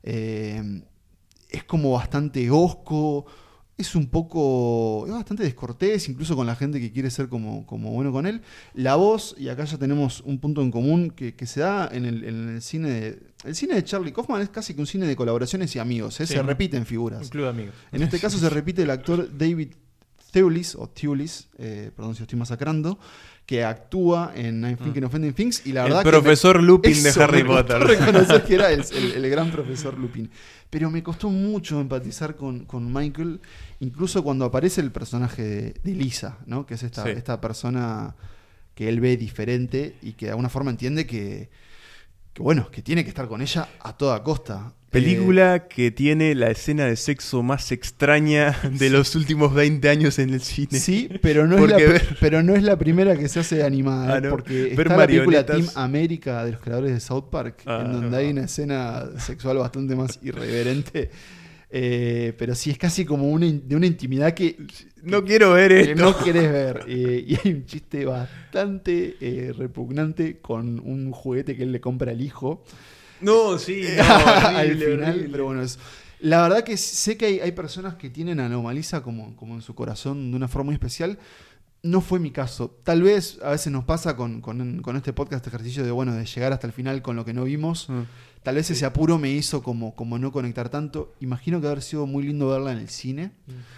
Eh, es como bastante hosco, es un poco, es bastante descortés, incluso con la gente que quiere ser como, como bueno con él. La voz, y acá ya tenemos un punto en común que, que se da en el, en el cine de... El cine de Charlie Kaufman es casi que un cine de colaboraciones y amigos, ¿eh? Sí. Se repiten Un figuras. club de amigos. En este caso se repite el actor David Thewlis, o Thewlis, eh, perdón si lo estoy masacrando, que actúa en I'm Thinking of Ending Things y la el verdad que profesor me- Lupin de eso, Harry me costó Potter. reconocer que era el, el- el gran profesor Lupin. Pero me costó mucho empatizar con, con Michael, incluso cuando aparece el personaje de, de Lisa, ¿no? Que es esta, Sí. esta persona que él ve diferente y que de alguna forma entiende que que bueno, que tiene que estar con ella a toda costa. Película Eh, que tiene la escena de sexo más extraña de los últimos veinte años en el cine. Sí, pero no, es la, Porque pr- ver- pero no es la primera que se hace animada, Ah, ¿eh? ¿no? Porque Ver está la película marionetas. Team América de los creadores de South Park, Ah, en donde no. hay una escena sexual bastante más irreverente. Eh, pero sí, es casi como una, in- de una intimidad que, No quiero ver que esto. no querés ver. Eh, y hay un chiste bastante eh, repugnante con un juguete que él le compra al hijo. No, sí, no, al horrible, final, horrible. pero bueno, es, la verdad que sé que hay, hay personas que tienen a Anomalisa como, como en su corazón de una forma muy especial. No fue mi caso. Tal vez a veces nos pasa con, con, con este podcast, este ejercicio de, bueno, de llegar hasta el final con lo que no vimos. Mm. Tal vez ese apuro me hizo como, como no conectar tanto. Imagino que haber sido muy lindo verla en el cine.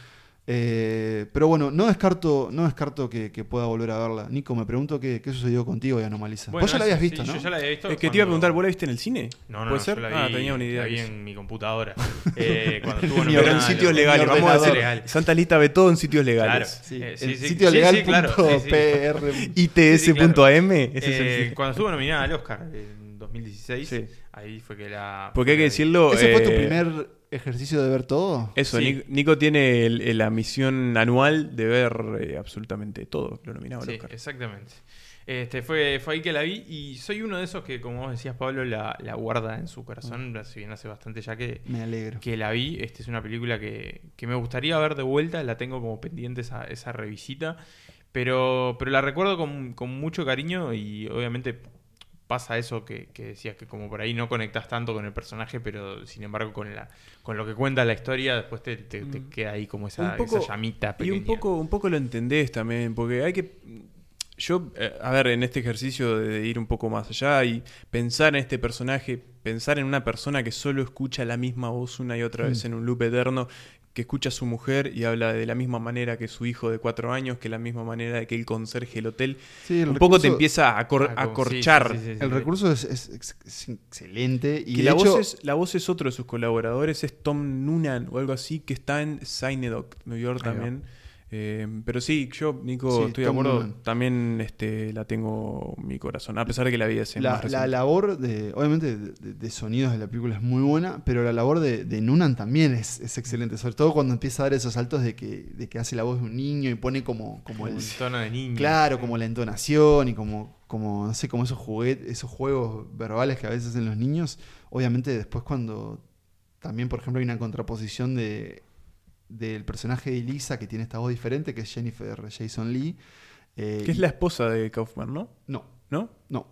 Eh, pero bueno, no descarto, no descarto que, que pueda volver a verla. Nico, me pregunto qué, qué sucedió contigo y Anomalisa. Bueno, Vos ya la eso habías sí, visto, ¿no? Yo ya la había visto. Es que te iba a cuando- preguntar, ¿vos la viste en el cine? No, no, ¿Puede no, ser? yo la vi, Ah, tenía una idea. la vi que- en mi computadora. Eh, cuando estuvo Mi Pero en ordenador, sitios mi legales, vamos a ordenador. decir. Santa Lista ve todo en sitios Claro. legales. Sí, Eh, sí, el sí, sitio sí, legal sí, claro, punto sí, sí. P R. I T S punto A M, ese es Eh, el... Cuando estuvo nominada al Oscar en dos mil dieciséis, Sí. ahí fue que la. Porque hay que la vi. decirlo... ¿Ese fue tu eh, primer ejercicio de ver todo? Eso, Sí. Nic- Nico tiene el- el- la misión anual de ver eh, absolutamente todo lo nominado al Sí, Oscar. exactamente. Este, fue, fue ahí que la vi y soy uno de esos que, como vos decías, Pablo, la, la guarda en su corazón. Si bien hace bastante ya que, Me alegro. que la vi. Este es una película que, que me gustaría ver de vuelta. La tengo como pendiente esa, esa revisita. Pero, pero la recuerdo con, con mucho cariño y obviamente pasa eso que, que decías, que como por ahí no conectás tanto con el personaje, pero sin embargo con la con lo que cuenta la historia, después te, te- te Mm. queda ahí como esa, Un poco- esa llamita Y pequeña. un poco, un poco lo entendés también, porque hay que... Yo, eh, a ver, en este ejercicio de ir un poco más allá y pensar en este personaje, pensar en una persona que solo escucha la misma voz una y otra vez en un loop eterno, que escucha a su mujer y habla de la misma manera que su hijo de cuatro años, que la misma manera que el conserje del hotel, Sí, el un poco te recurso- empieza a, cor- Ah, a como- corchar. sí, sí, sí, sí, El sí. recurso es, es- es- es excelente. Y Que de la, hecho, voz es, la voz es otro de sus colaboradores, es Tom Noonan o algo así, que está en Synedoc, New York Ahí va. también. Eh, pero sí, yo, Nico, Sí, estoy de Tom acuerdo. Noonan. También este, la tengo en mi corazón, a pesar de que la vi hace la, más la reciente. labor de, obviamente, de, de- de sonidos de la película es muy buena, pero la labor de, de Noonan también es, es excelente. Sobre todo cuando empieza a dar esos saltos de que, de que hace la voz de un niño y pone como, como el. Un tono de niño. Claro, como la entonación y como, como no sé, como esos juguetes, esos juegos verbales que a veces hacen los niños. Obviamente después cuando también, por ejemplo, hay una contraposición de del personaje de Elisa que tiene esta voz diferente, que es Jennifer Jason Leigh. eh, Que es la esposa de Kaufman, ¿no? No, ¿No? no.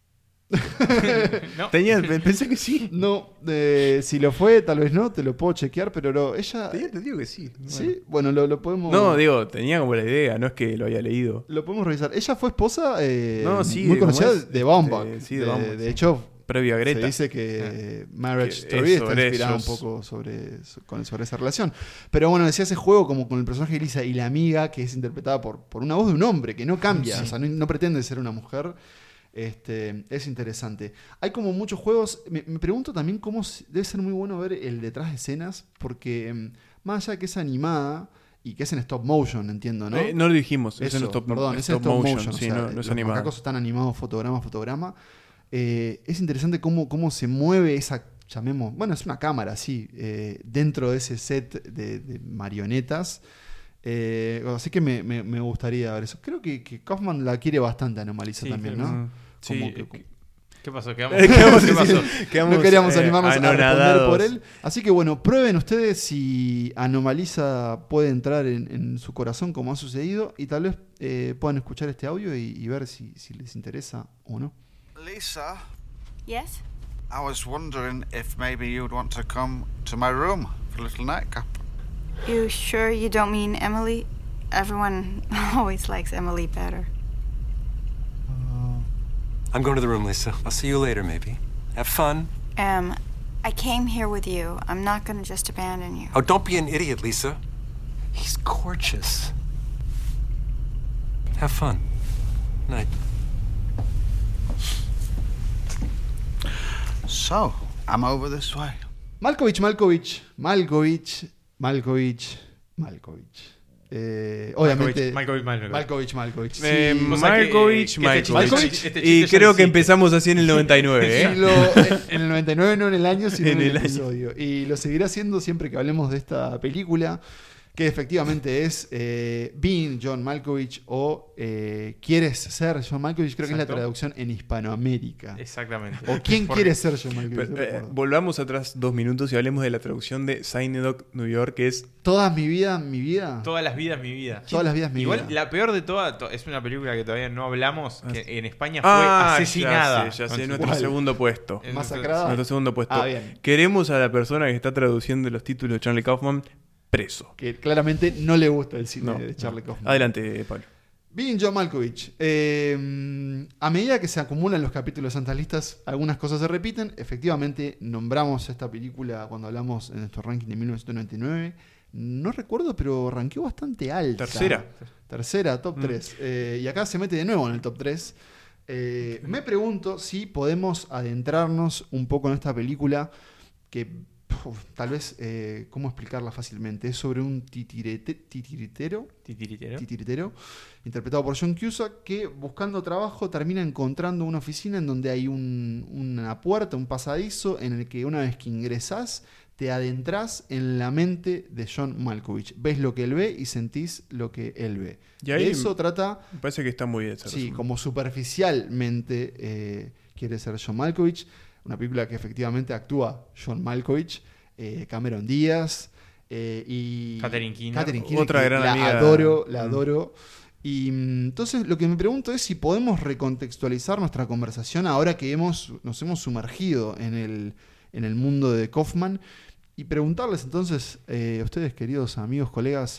¿No? Tenía, pensé que sí. No, eh, si lo fue, tal vez no, te lo puedo chequear, pero no, ella... Tenía entendido que sí. Sí, bueno, lo, lo podemos... No, digo, tenía como la idea, no es que lo había leído. Lo podemos revisar. Ella fue esposa eh, No, sí, muy de- ¿cómo conocida es? de Baumbach. Este, sí, de de, Baumbach, de sí. hecho, Previo a Greta. se dice que Marriage Que Story es está sobre inspirada un ellos. poco sobre, con- sobre esa relación. Pero bueno, decía ese juego como con el personaje de Elisa y la amiga, que es interpretada por, por una voz de un hombre, que no cambia, Sí. o sea, no, no pretende ser una mujer. Este, es interesante. Hay como muchos juegos. Me, me pregunto también cómo se- debe ser muy bueno ver el detrás de escenas, porque em, más allá de que es animada y que es en stop motion, entiendo, ¿no? Eh, no lo dijimos, es en Eso, stop, perdón, es en stop stop motion, motion, o sí, sea, no, no es los animado. macacos están animados fotograma a fotograma. Eh, es interesante cómo, cómo se mueve esa, llamemos, bueno, es una cámara, sí, eh, dentro de ese set de, de marionetas. Eh, así que me, me- me gustaría ver eso. Creo que, que Kaufman la quiere bastante a Anomalisa Sí, también, claro. ¿no? Mm, sí, Como eh, que- que- ¿Qué pasó? ¿Quedamos? Eh, quedamos- ¿Qué pasó? quedamos, no queríamos eh, animarnos a responder anonadados. por él. Así que bueno, prueben ustedes si Anomalisa puede entrar en, en su corazón como ha sucedido y tal vez eh, puedan escuchar este audio y, y ver si, si les interesa o no. Lisa, Yes? I was wondering if maybe you'd want to come to my room for a little nightcap. You sure you don't mean Emily? Everyone always likes Emily better. I'm going to the room, Lisa. I'll see you later, maybe. Have fun. Um, I came here with you. I'm not gonna just abandon you. Oh, don't be an idiot, Lisa. He's gorgeous. Have fun. Night. So, I'm over this way. Malkovich, Malkovich, Malkovich, Malkovich, Malkovich. Eh, obviamente. Malkovich, Malkovich. Malkovich, Malkovich. Sí. Eh, o sea que, Malkovich, eh, Malkovich. este chiste- Malkovich. este chiste Y ya creo no que existe. empezamos así en el noventa y nueve, ¿eh? Sí, lo- en en el noventa y nueve, no en el año, sino en, En el, el año. episodio. Y lo seguirá haciendo siempre que hablemos de esta película, que efectivamente es eh, Being John Malkovich o eh, ¿Quieres ser John Malkovich? Creo que es la Exacto. traducción en Hispanoamérica. Exactamente. O ¿Quién Porque- quiere ser John Malkovich? Pero, No eh, recuerdo. volvamos atrás dos minutos y hablemos de la traducción de Synecdoche, New York, que es Toda mi vida, mi vida. Todas las vidas, mi vida. Todas las vidas, mi Igual, vida. la peor de todas, to- es una película que todavía no hablamos, que en España fue Ah, asesinada. Ya sé, ya sé, Con- nuestro ¿Cuál? segundo puesto. En- Masacrada. Nuestro segundo puesto. Ah, bien. Queremos a la persona que está traduciendo los títulos de Charlie Kaufman preso. Que claramente no le gusta el cine No, de Charlie no. Kaufman. Adelante, Pablo. Being John Malkovich. Eh, a medida que se acumulan los capítulos de Santas Listas, algunas cosas se repiten. Efectivamente, nombramos esta película cuando hablamos en nuestro ranking de mil novecientos noventa y nueve. No recuerdo, pero ranqueó bastante alta. Tercera. Tercera, top Mm. tres. Eh, y acá se mete de nuevo en el top tres. Eh, me pregunto si podemos adentrarnos un poco en esta película que uf, tal vez, eh, ¿cómo explicarla fácilmente? Es sobre un titirete, titiritero, Titiritero. titiritero, interpretado por John Cusack, que buscando trabajo termina encontrando una oficina en donde hay un- una puerta, un pasadizo, en el que una vez que ingresás, te adentrás en la mente de John Malkovich. Ves lo que él ve y sentís lo que él ve. Y ahí De eso trata, Me parece que está muy bien. ese sí, resumen. como superficialmente eh, quiere ser John Malkovich. Una película que efectivamente actúa John Malkovich, eh, Cameron Díaz eh, y Catherine Keener. Catherine Keener, Otra que gran la amiga. adoro, la Mm. adoro. Y mm, entonces lo que me pregunto es si podemos recontextualizar nuestra conversación ahora que hemos, nos hemos sumergido en el, en el mundo de Kaufman y preguntarles entonces eh, a ustedes, queridos amigos, colegas,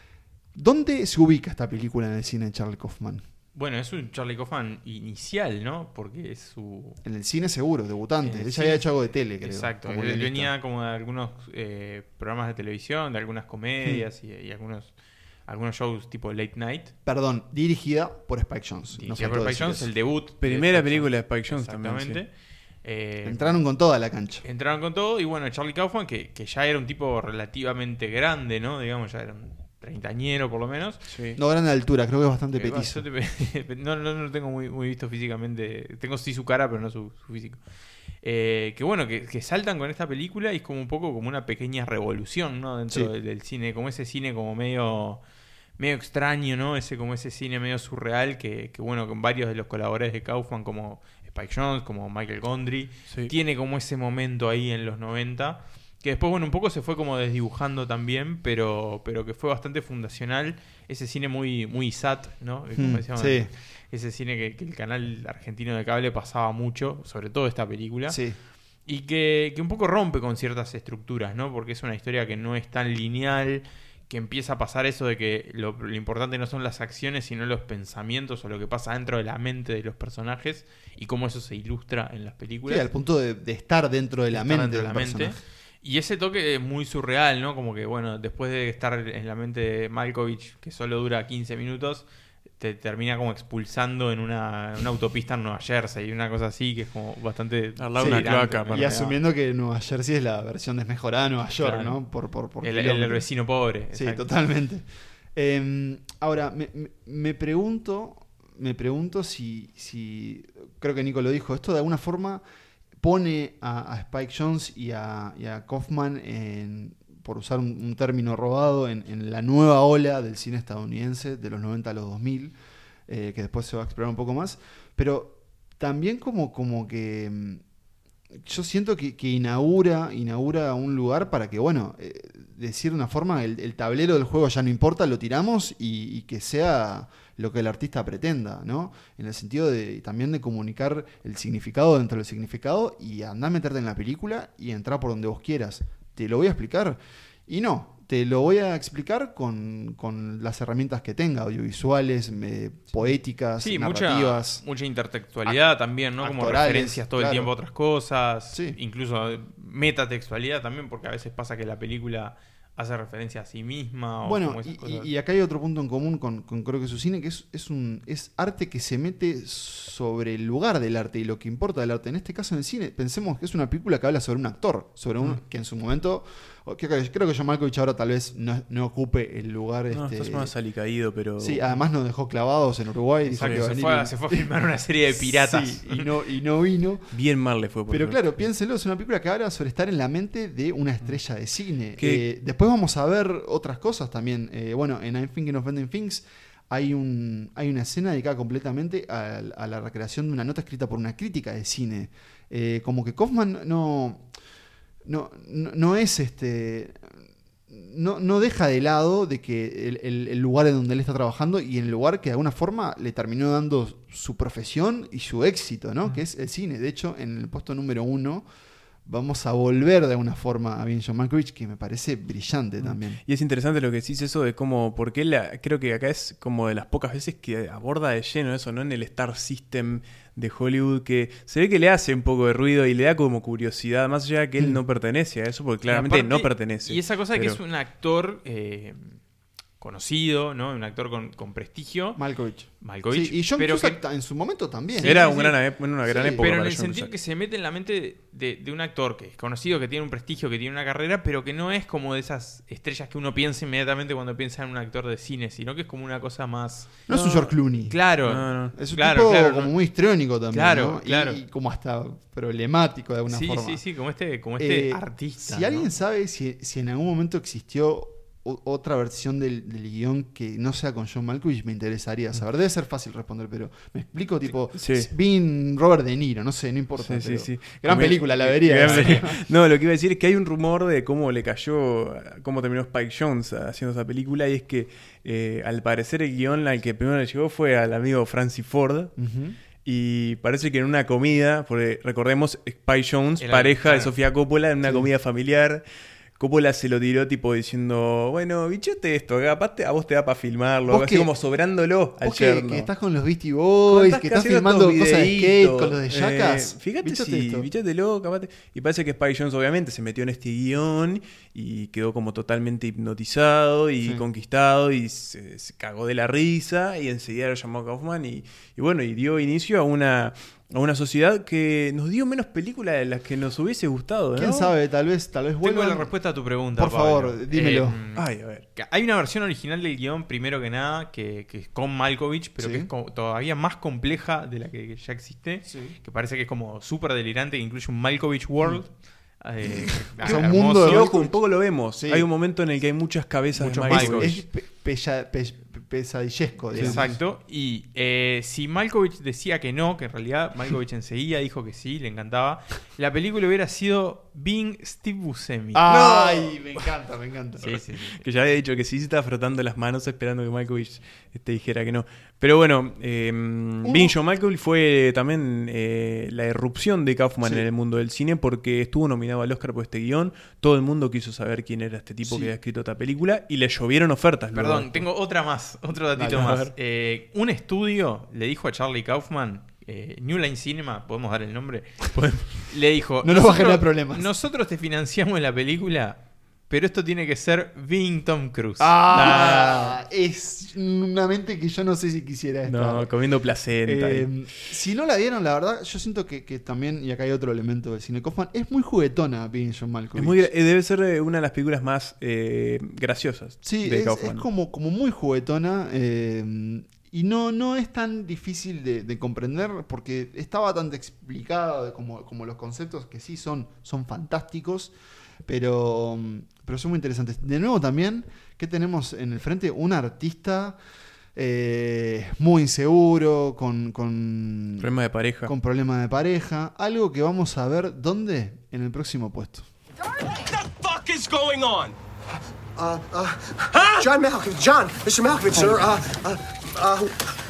¿dónde se ubica esta película en el cine de Charlie Kaufman? Bueno, es un Charlie Kaufman inicial, ¿no? Porque es su... En el cine seguro, debutante. En el Él ya cine- había hecho algo de tele, creo. Exacto. como Él guionista. venía como de algunos eh, programas de televisión, de algunas comedias y, y algunos, algunos shows tipo Late Night. Perdón, dirigida por Spike Jonze. Dirigida Nos por faltó Spike decir Jonze, eso. el debut. de Primera Spike película de Jonze. Spike Jonze también, Exactamente. Eh, Entraron con toda la cancha. entraron con todo y bueno, Charlie Kaufman, que, que ya era un tipo relativamente grande, ¿no? Digamos, ya era un treintañero por lo menos. Sí. No grande altura, creo que es bastante Eh, petizo. bastante- no, no, no lo tengo muy, muy visto físicamente. Tengo sí su cara, pero no su, su físico. Eh, que bueno, que, que saltan con esta película y es como un poco como una pequeña revolución, ¿no? Dentro Sí. del, del cine, como ese cine como medio medio extraño, ¿no? Ese como ese cine medio surreal que, que bueno, con varios de los colaboradores de Kaufman como Spike Jonze, como Michael Gondry, Sí. tiene como ese momento ahí en los noventa, que después, bueno, un poco se fue como desdibujando también, pero, pero que fue bastante fundacional. Ese cine muy, muy I S A T, ¿no? Como Mm, decíamos, sí. ese cine que, que el canal argentino de cable pasaba mucho, sobre todo esta película. Sí. Y que, que un poco rompe con ciertas estructuras, ¿no? Porque es una historia que no es tan lineal, que empieza a pasar eso de que lo, lo importante no son las acciones, sino los pensamientos o lo que pasa dentro de la mente de los personajes y cómo eso se ilustra en las películas. Sí, al punto de, de estar dentro de la Estar mente dentro de del la mente. personaje. Y ese toque es muy surreal, ¿no? Como que, bueno, después de estar en la mente de Malkovich, que solo dura quince minutos, te termina como expulsando en una, una autopista en Nueva Jersey, una cosa así, que es como bastante... Al lado de una delirante, cloaca, ¿no? para- Y asumiendo que Nueva Jersey es la versión desmejorada de Nueva York, Claro. ¿no? Por, por, por El, el, kilómetros. vecino pobre. Sí, exacto. totalmente. Eh, ahora, me, me- me pregunto, me pregunto si, si, creo que Nico lo dijo, esto de alguna forma pone a, a Spike Jonze y a, y a Kaufman, en, por usar un, un término robado, en, en la nueva ola del cine estadounidense de los noventa a los dos mil, eh, que después se va a explorar un poco más, pero también como, como que... mm, yo siento que, que inaugura, inaugura un lugar para que, bueno, eh, decir de una forma, el, el tablero del juego ya no importa, lo tiramos y, y que sea lo que el artista pretenda, ¿no? En el sentido de también de comunicar el significado dentro del significado y andar a meterte en la película y entrar por donde vos quieras. Te lo voy a explicar. Y no, te lo voy a explicar con, con las herramientas que tenga, audiovisuales, eh, poéticas, Sí, mucha, narrativas. mucha intertextualidad también, ¿no? Como actorales, referencias todo el claro. tiempo a otras cosas. Sí. Incluso metatextualidad también, porque a veces pasa que la película hace referencia a sí misma. O Bueno, como esas y, cosas. y- y acá hay otro punto en común con, con creo que su cine, que es, es un es arte que se mete sobre el lugar del arte y lo que importa del arte. En este caso en el cine, pensemos que es una película que habla sobre un actor, sobre un Mm. que en su momento, o que- que- creo que John Malkovich ahora tal vez no, no ocupe el lugar. No, este, estás más alicaído, pero. Sí, además nos dejó clavados en Uruguay. dijo Exacto, que iba a se, venir fue a, y- se fue a filmar una serie de piratas. Sí, y no, y no vino. Bien mal le fue por Pero eso. claro, piénsenlo, es una película que habla sobre estar en la mente de una estrella de cine. Que- Eh, después vamos a ver otras cosas también. Eh, bueno, en I'm Thinking of Ending Things hay, un, hay una escena dedicada completamente a, a la recreación de una nota escrita por una crítica de cine. Eh, como que Kaufman no, no, no, no es este... No, no deja de lado de que el, el- el lugar en donde él está trabajando y el lugar que de alguna forma le terminó dando su profesión y su éxito, ¿no? Que es el cine. De hecho, en el puesto número uno vamos a volver de alguna forma a bien John Malkovich, que me parece brillante también. Y es interesante lo que decís eso de cómo, porque él la- creo que acá es como de las pocas veces que aborda de lleno eso, ¿no? En el Star System de Hollywood, que se ve que le hace un poco de ruido y le da como curiosidad, más allá de que él no pertenece a eso, porque claramente Aparte, no pertenece. Y esa cosa de que Pero- es un actor eh, conocido, ¿no? Un actor con, con prestigio. Malkovich. Malkovich. Sí, y John pero Cusack que- en su momento también. Era sí, un sí. gran, ep- una gran Sí, época Pero en para el John sentido Cusack. que se mete en la mente de, de un actor que es conocido, que tiene un prestigio, que tiene una carrera, pero que no es como de esas estrellas que uno piensa inmediatamente cuando piensa en un actor de cine, sino que es como una cosa más... No es un George Clooney. Claro. No, no. Es un Claro, tipo claro, como no. muy histriónico también, Claro, ¿no? Y- claro. Y, como hasta problemático de alguna Sí, forma. sí, sí, como este, como este Eh, artista. Si ¿no? alguien sabe si, si en algún momento existió o- otra versión del, del guión que no sea con John Malkovich, me interesaría saber. Debe ser fácil responder, pero me explico, tipo, Sí. Bean Robert De Niro, no sé, no importa. Sí, pero- sí, sí. Gran Como- película, la vería. Gran película. No, lo que iba a decir es que hay un rumor de cómo le cayó, cómo terminó Spike Jonze haciendo esa película, y es que eh, al parecer el guión al que primero le llegó fue al amigo Francis Ford. Ujú. Y parece que en una comida, porque recordemos, Spike Jonze, Era- pareja de claro. Sofía Coppola, en una Sí. comida familiar, Coppola se lo tiró tipo diciendo, bueno, bichote esto, capaz te- a vos te da para filmarlo, Vos algo así que- como sobrándolo al Vos que, yerno. que estás con los Beastie Cuando Boys, estás que estás haciendo filmando estos cosas de skate videitos, con los de Jackass. eh, fíjate bichote si, esto. bichatelo, capaz te- Y parece que Spike Jonze obviamente se metió en este guión y quedó como totalmente hipnotizado y Sí. conquistado y se, se cagó de la risa y enseguida lo llamó a Kaufman y, y bueno, y dio inicio a una, a una sociedad que nos dio menos películas de las que nos hubiese gustado, ¿no? ¿Quién sabe? Tal vez, tal vez Tengo vuelvan. la respuesta a tu pregunta, Por Pablo. favor, dímelo. Eh, Ay, a ver. que hay una versión original del guión, primero que nada, que, que es con Malkovich, pero Sí. que es como todavía más compleja de la que ya existe, Sí. que parece que es como súper delirante, que incluye un Malkovich World. eh, O sea, un hermoso. mundo de Y ojo, un poco lo vemos. Sí. Hay un momento en el que hay muchas cabezas Muchos de Es, Malkovich. es pe- pella- pe- pesadillesco, digamos. Exacto. Y eh, si Malkovich decía que no, que en realidad Malkovich enseguida dijo que sí, le encantaba, la película hubiera sido Being Steve Buscemi. Ay, me encanta, me encanta. Sí, sí, sí. Que ya había dicho que sí, se estaba frotando las manos esperando que Malkovich te dijera que no. Pero bueno, eh, Being John Malkovich fue también eh, la irrupción de Kaufman Sí. en el mundo del cine porque estuvo nominado al Oscar por este guión. Todo el mundo quiso saber quién era este tipo Sí. que había escrito esta película y le llovieron ofertas. luego. Perdón, tengo otra más, otro datito Dale, a más. ver. Eh, un estudio le dijo a Charlie Kaufman, eh, New Line Cinema, podemos dar el nombre, le dijo, No nos va a "Nosotros- generar problemas". Nosotros te financiamos la película, pero esto tiene que ser Being Tom Cruise. Ah, es una mente que yo no sé si quisiera estar. No, comiendo placenta. Eh, y- si no la vieron, la verdad, yo siento que, que también, y acá hay otro elemento del cine Kaufman, es muy juguetona Being John Malkovich. es muy, gra- eh, debe ser eh, una de las películas más eh, graciosas Sí, de es, Kaufman. es como, como muy juguetona eh, y no, no es tan difícil de, de comprender porque está bastante explicada como, como los conceptos que sí son, son fantásticos, pero, pero son muy interesantes. De nuevo también, ¿qué tenemos en el frente? Un artista eh, muy inseguro, con, con, Problema de pareja. con problemas de pareja, algo que vamos a ver ¿dónde? En el próximo puesto. fuck is going on? Uh, uh, John Malkovich, John, Mister Malkovich, sir, uh, uh, uh.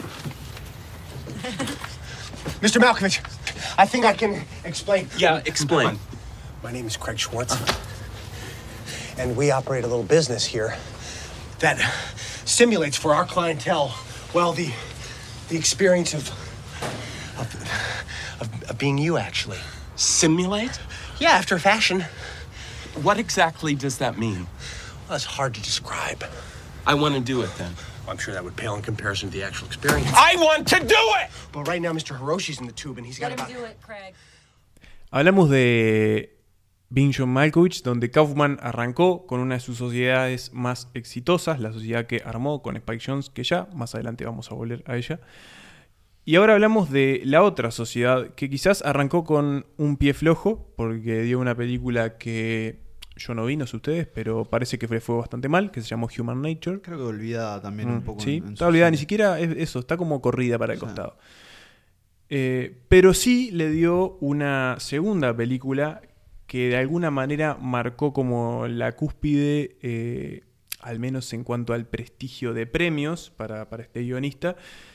Mister Malkovich, I think I can explain. Yeah, explain. My name is Craig Schwartz, and we operate a little business here that simulates for our clientele, well, the the experience of of, of, of being you, actually. Simulate? Yeah, after fashion. What exactly does that mean? That's hard to describe. I want to do it then. I'm sure that would pale in comparison to the actual experience. I want to do it! But right now, Mister Hiroshi's in the tube and he's got about... do it, Craig. Hablamos de Being John Malkovich, donde Kaufman arrancó con una de sus sociedades más exitosas, la sociedad que armó con Spike Jonze, que ya más adelante vamos a volver a ella. Y ahora hablamos de la otra sociedad, que quizás arrancó con un pie flojo, porque dio una película que yo no vi, no sé ustedes, pero parece que le fue bastante mal, que se llamó Human Nature. Creo que olvidada también Mm, un poco. Sí, en- en está su olvidada, cine. ni siquiera es eso, está como corrida para el Sí. costado. Eh, pero sí le dio una segunda película que de alguna manera marcó como la cúspide, eh, al menos en cuanto al prestigio de premios para, para este guionista.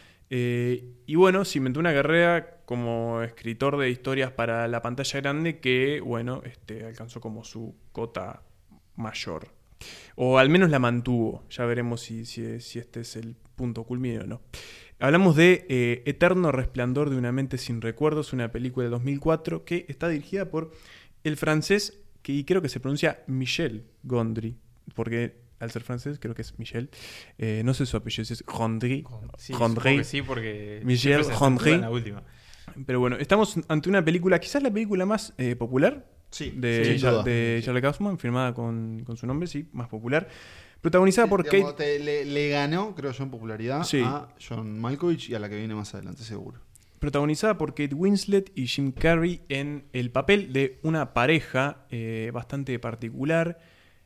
Eh, y bueno, se inventó una carrera como escritor de historias para la pantalla grande que, bueno, este, alcanzó como su cota mayor. O al menos la mantuvo. Ya veremos si, si, si este es el punto culmine o no. Hablamos de eh, Eterno Resplandor de una mente sin recuerdos, una película de dos mil cuatro que está dirigida por el francés, que creo que se pronuncia Michel Gondry, porque al ser francés creo que es Michel. Eh, no sé su apellido, si es Gondry. Sí, Gondry. supongo que sí, porque Michel siempre se acentúa Gondry. en la última. Pero bueno, estamos ante una película, quizás la película más eh, popular Sí, de, sin Ja- duda. de Charlie Kaufman, firmada con, con su nombre, sí, más popular. Protagonizada por Digamos, Kate... te- le, le ganó, creo yo, en popularidad Sí. a John Malkovich y a la que viene más adelante, seguro. protagonizada por Kate Winslet y Jim Carrey en el papel de una pareja eh, bastante particular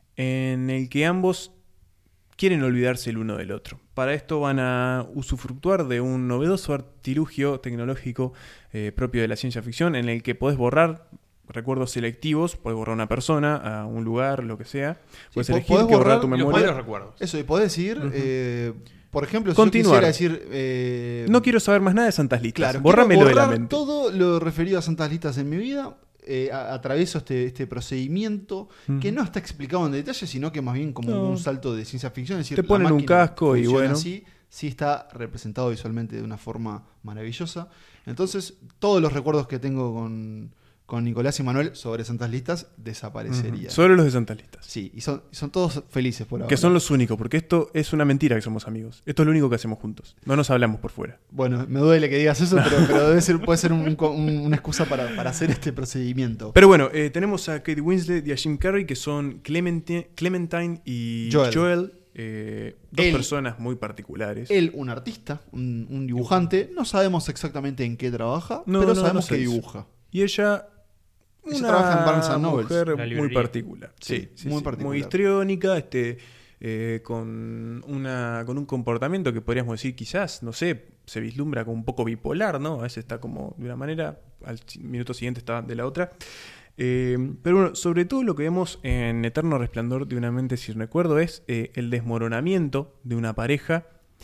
en el que ambos quieren olvidarse el uno del otro. Para esto van a usufructuar de un novedoso artilugio tecnológico eh, propio de la ciencia ficción en el que podés borrar recuerdos selectivos, podés borrar una persona, a un lugar, lo que sea. Puedes po- elegir podés que borrar borrar tu los memoria. malos recuerdos. Eso, y podés ir, Ujú. eh, por ejemplo, si Continuar. yo quisiera decir... eh, No quiero saber más nada de Santas Listas. Claro, Bórramelo quiero de la borrar mente. todo lo referido a Santas Listas en mi vida. Eh, a- atravieso este, este procedimiento Ujú. que no está explicado en detalle, sino que más bien como No. un salto de ciencia ficción. Es decir, Te la ponen un máquina casco y funciona bueno. así, sí está representado visualmente de una forma maravillosa. Entonces, todos los recuerdos que tengo con, con Nicolás y Manuel sobre Santas Listas desaparecerían. Ujú. Solo los de Santas Listas. Sí, y son, y son todos felices por ahora. Que son los únicos, porque esto es una mentira que somos amigos. Esto es lo único que hacemos juntos. No nos hablamos por fuera. Bueno, me duele que digas eso, pero, pero debe ser, puede ser un- un- una excusa para, para hacer este procedimiento. Pero bueno, eh, tenemos a Kate Winslet y a Jim Carrey, que son Clemente- Clementine y Joel. Joel, eh, dos Él- personas muy particulares. Él, un artista, un, un dibujante, no sabemos exactamente en qué trabaja, No, pero no, sabemos no se que dice. dibuja. Y ella, Ella una trabaja en Barnes and Nobles. mujer La muy librería. particular. Sí, muy particular. Muy histriónica, este, eh, con, una, con un comportamiento que podríamos decir quizás, no sé, se vislumbra como un poco bipolar, ¿no? A veces está como de una manera, al si- minuto siguiente está de la otra. Eh, pero bueno, sobre todo lo que vemos en Eterno Resplandor de una mente sin recuerdo es eh, el desmoronamiento de una pareja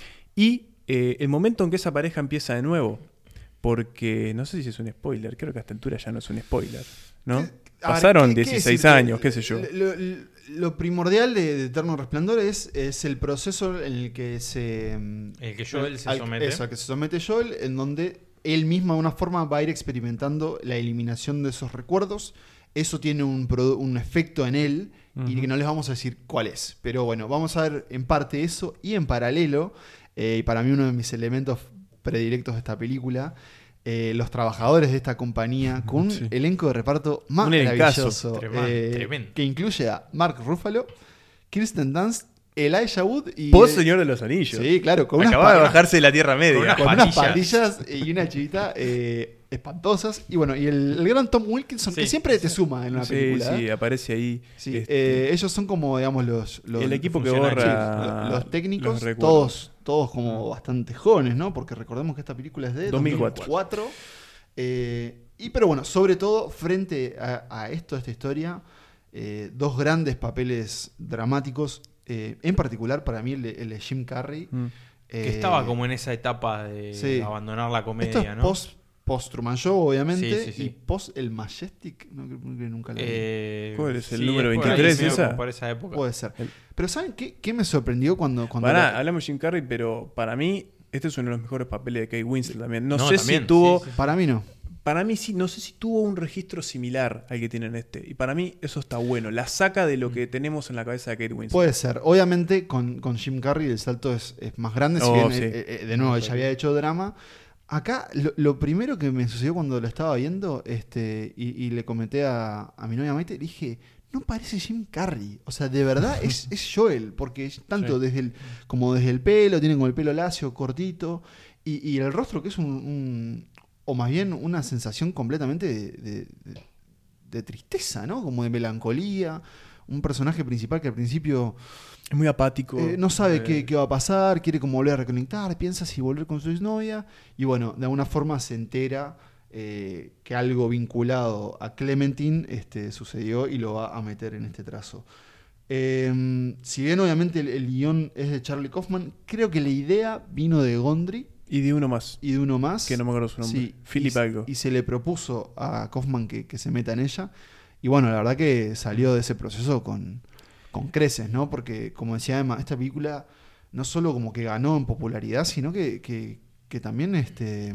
y eh, el momento en que esa pareja empieza de nuevo. Porque no sé si es un spoiler, creo que a esta altura ya no es un spoiler, ¿no? A ver, Pasaron ¿qué- qué dieciséis decirte? años, qué sé yo. Lo, lo- lo primordial de, de Eterno Resplandor es, es el proceso en el que se... El que Joel se al- somete. Eso, al que se somete Joel, en donde él mismo de una forma va a ir experimentando la eliminación de esos recuerdos. Eso tiene un, produ- un efecto en él y Ujú. que no les vamos a decir cuál es. Pero bueno, vamos a ver en parte eso y en paralelo, eh, y para mí uno de mis elementos predilectos de esta película, eh, los trabajadores de esta compañía con un Sí. elenco de reparto Un elencazo. maravilloso. Tremendo, eh, tremendo. que incluye a Mark Ruffalo, Kirsten Dunst, Elijah Wood y... Post Señor de los Anillos. Sí, claro, con unas Acababa de pa- bajarse de la Tierra Media. Con unas con unas patillas. patillas y una chivita eh, espantosas. Y bueno, y el, el gran Tom Wilkinson, Sí, que siempre te suma en una Sí, película. sí, ¿eh? aparece ahí. Sí, este, eh, ellos son como, digamos, los, los- el equipo que funcionarios. borra sí, los, los técnicos, los recuerdos. todos, todos como bastante jóvenes, ¿no? Porque recordemos que esta película es de dos mil cuatro. dos mil cuatro. Eh, y pero bueno, sobre todo, frente a, a esto, a esta historia, eh, dos grandes papeles dramáticos. eh, en particular, para mí, el de, el de Jim Carrey. Mm. Que eh, estaba como en esa etapa de sí. abandonar la Esto comedia, es ¿no? post, post Truman Show, obviamente, Sí, sí, sí. y post El Majestic, no creo que nunca lo vi. Eh, ¿Cuál es el sí, número es por ahí, veintitrés medio esa? como por esa época. Puede ser. El- Pero ¿saben qué, qué me sorprendió cuando... cuando Pará, la- hablamos de Jim Carrey, pero para mí este es uno de los mejores papeles de Kate Winslet también. No, No, sé también, si tuvo... sí, sí. Para mí no. para mí sí, no sé si tuvo un registro similar al que tienen este. Y para mí eso está bueno. La saca de lo que tenemos en la cabeza de Kate Winslet. Puede ser. Obviamente con, con Jim Carrey el salto es, es más grande. Si Oh, bien, sí. eh, eh, de nuevo, ella había hecho drama. Acá lo, lo primero que me sucedió cuando lo estaba viendo este, y, y le comenté a, a mi novia Maite, dije, no parece Jim Carrey. O sea, de verdad es, es Joel. Porque tanto Sí. desde el, como desde el pelo, tiene como el pelo lacio, cortito. Y, y el rostro que es un... un o más bien una sensación completamente de, de, de, de tristeza, ¿no? Como de melancolía. Un personaje principal que al principio es muy apático. Eh, no sabe eh, qué, qué va a pasar, quiere como volver a reconectar, piensa si volver con su exnovia. Y bueno, de alguna forma se entera eh, que algo vinculado a Clementine este, sucedió y lo va a meter en este trazo. Eh, si bien obviamente el, el guión es de Charlie Kaufman, creo que la idea vino de Gondry. Y de uno más. Y de uno más. Que no me acuerdo su nombre. Sí, Philip y, algo. Y se le propuso a Kaufman que, que se meta en ella. Y bueno, la verdad que salió de ese proceso con, con creces, ¿no? Porque, como decía Emma, esta película no solo como que ganó en popularidad, sino que, que, que también este,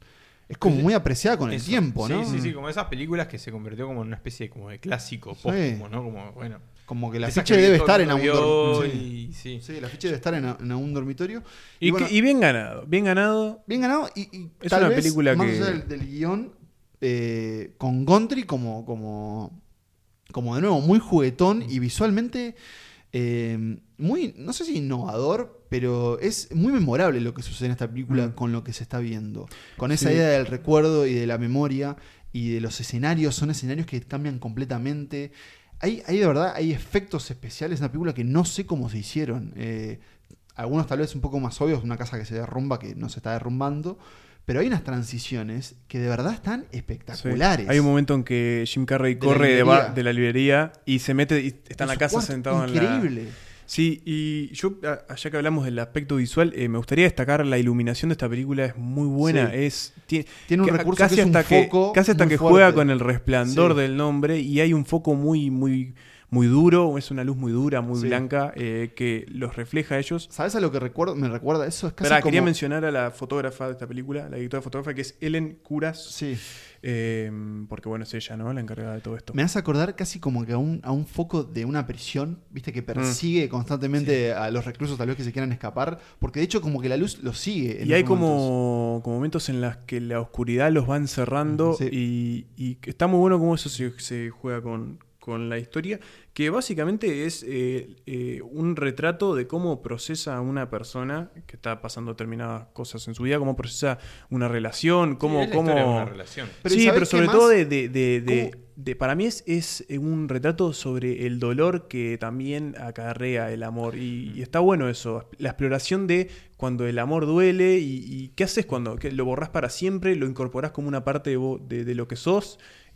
es como muy apreciada con el Eso. tiempo, ¿no? Sí, sí, sí, como esas películas que se convirtió como en una especie de, como de clásico Sí. póstumo, ¿no? Como, bueno. Como que la esas ficha que debe todo estar el en algún mundo vio dormitorio. y- sí. Sí, la ficha debe estar en, en algún dormitorio. Y, Y, bueno, que- y bien ganado. Bien ganado. bien ganado. Y, y Es tal una vez, película más que- allá del, del guión, eh, con Gondry como, como, como de nuevo muy juguetón y visualmente eh, muy, no sé si innovador, pero es muy memorable lo que sucede en esta película Mm. con lo que se está viendo. Con esa Sí. idea del recuerdo y de la memoria y de los escenarios, son escenarios que cambian completamente. Hay, hay de verdad, hay efectos especiales en la película que no sé cómo se hicieron. Eh, algunos tal vez un poco más obvios, una casa que se derrumba, que no se está derrumbando. Pero hay unas transiciones que de verdad están Sí. espectaculares. Hay un momento en que Jim Carrey De la corre de, librería. ba- de la librería y se mete y está en En la su casa cuarto, sentado en increíble. la... Sí, y yo, a- allá que hablamos del aspecto visual, eh, me gustaría destacar la iluminación de esta película, es muy buena. Sí. Es, tiene, Tiene un ca- recurso casi que es un hasta que, foco casi hasta muy que fuerte. juega con el resplandor Sí. del nombre y hay un foco muy, muy, muy duro, es una luz muy dura, muy Sí. blanca, eh, que los refleja a ellos. ¿Sabes a lo que recuerdo? Me recuerda eso. Es casi Esperá, como... quería mencionar a la fotógrafa de esta película, la directora fotógrafa, que es Ellen Kuras. Sí. Eh, porque bueno, es ella, ¿no? La encargada de todo esto. Me hace acordar casi como que a un, a un foco de una prisión, viste, que persigue constantemente a los reclusos tal vez que se quieran escapar, porque de hecho como que la luz los sigue. En Y hay esos momentos. como, como momentos en los que la oscuridad los va encerrando Sí. y, y que está muy bueno cómo eso se, se juega con, con la historia, que básicamente es eh, eh, un retrato de cómo procesa una persona que está pasando determinadas cosas en su vida, cómo procesa una relación, cómo... es la cómo... historia de una relación. Pero sí, ¿y sabés pero qué sobre más? todo de, de, de, de- ¿Cómo? de- para mí es, es un retrato sobre el dolor que también acarrea el amor y, y está bueno eso, la exploración de cuando el amor duele y, y qué haces cuando que lo borrás para siempre, lo incorporás como una parte de, vo- de, de lo que sos,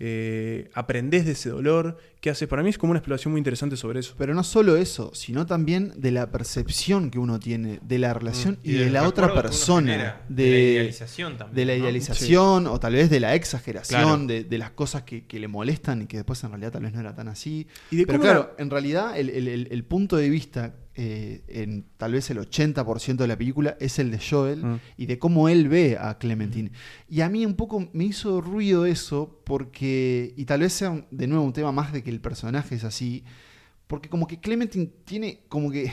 eh, aprendés de ese dolor, qué haces. Para mí es como una exploración muy interesante sobre eso. Pero no solo eso, sino también de la percepción que uno tiene de la relación Mm. y, Y de del la otra recuerdo que uno persona. genera, de, de la idealización también, De la ¿no? idealización o tal vez de la exageración, Claro. de, de las cosas que, que le molestan y que después en realidad tal vez no era tan así. Y de Pero cómo claro, la- en realidad el, el- el- el punto de vista eh, en tal vez el ochenta por ciento de la película es el de Joel Mm. y de cómo él ve a Clementine. Y a mí un poco me hizo ruido eso porque, y tal vez sea un- de nuevo un tema más de que el personaje es así, porque como que Clementine tiene como que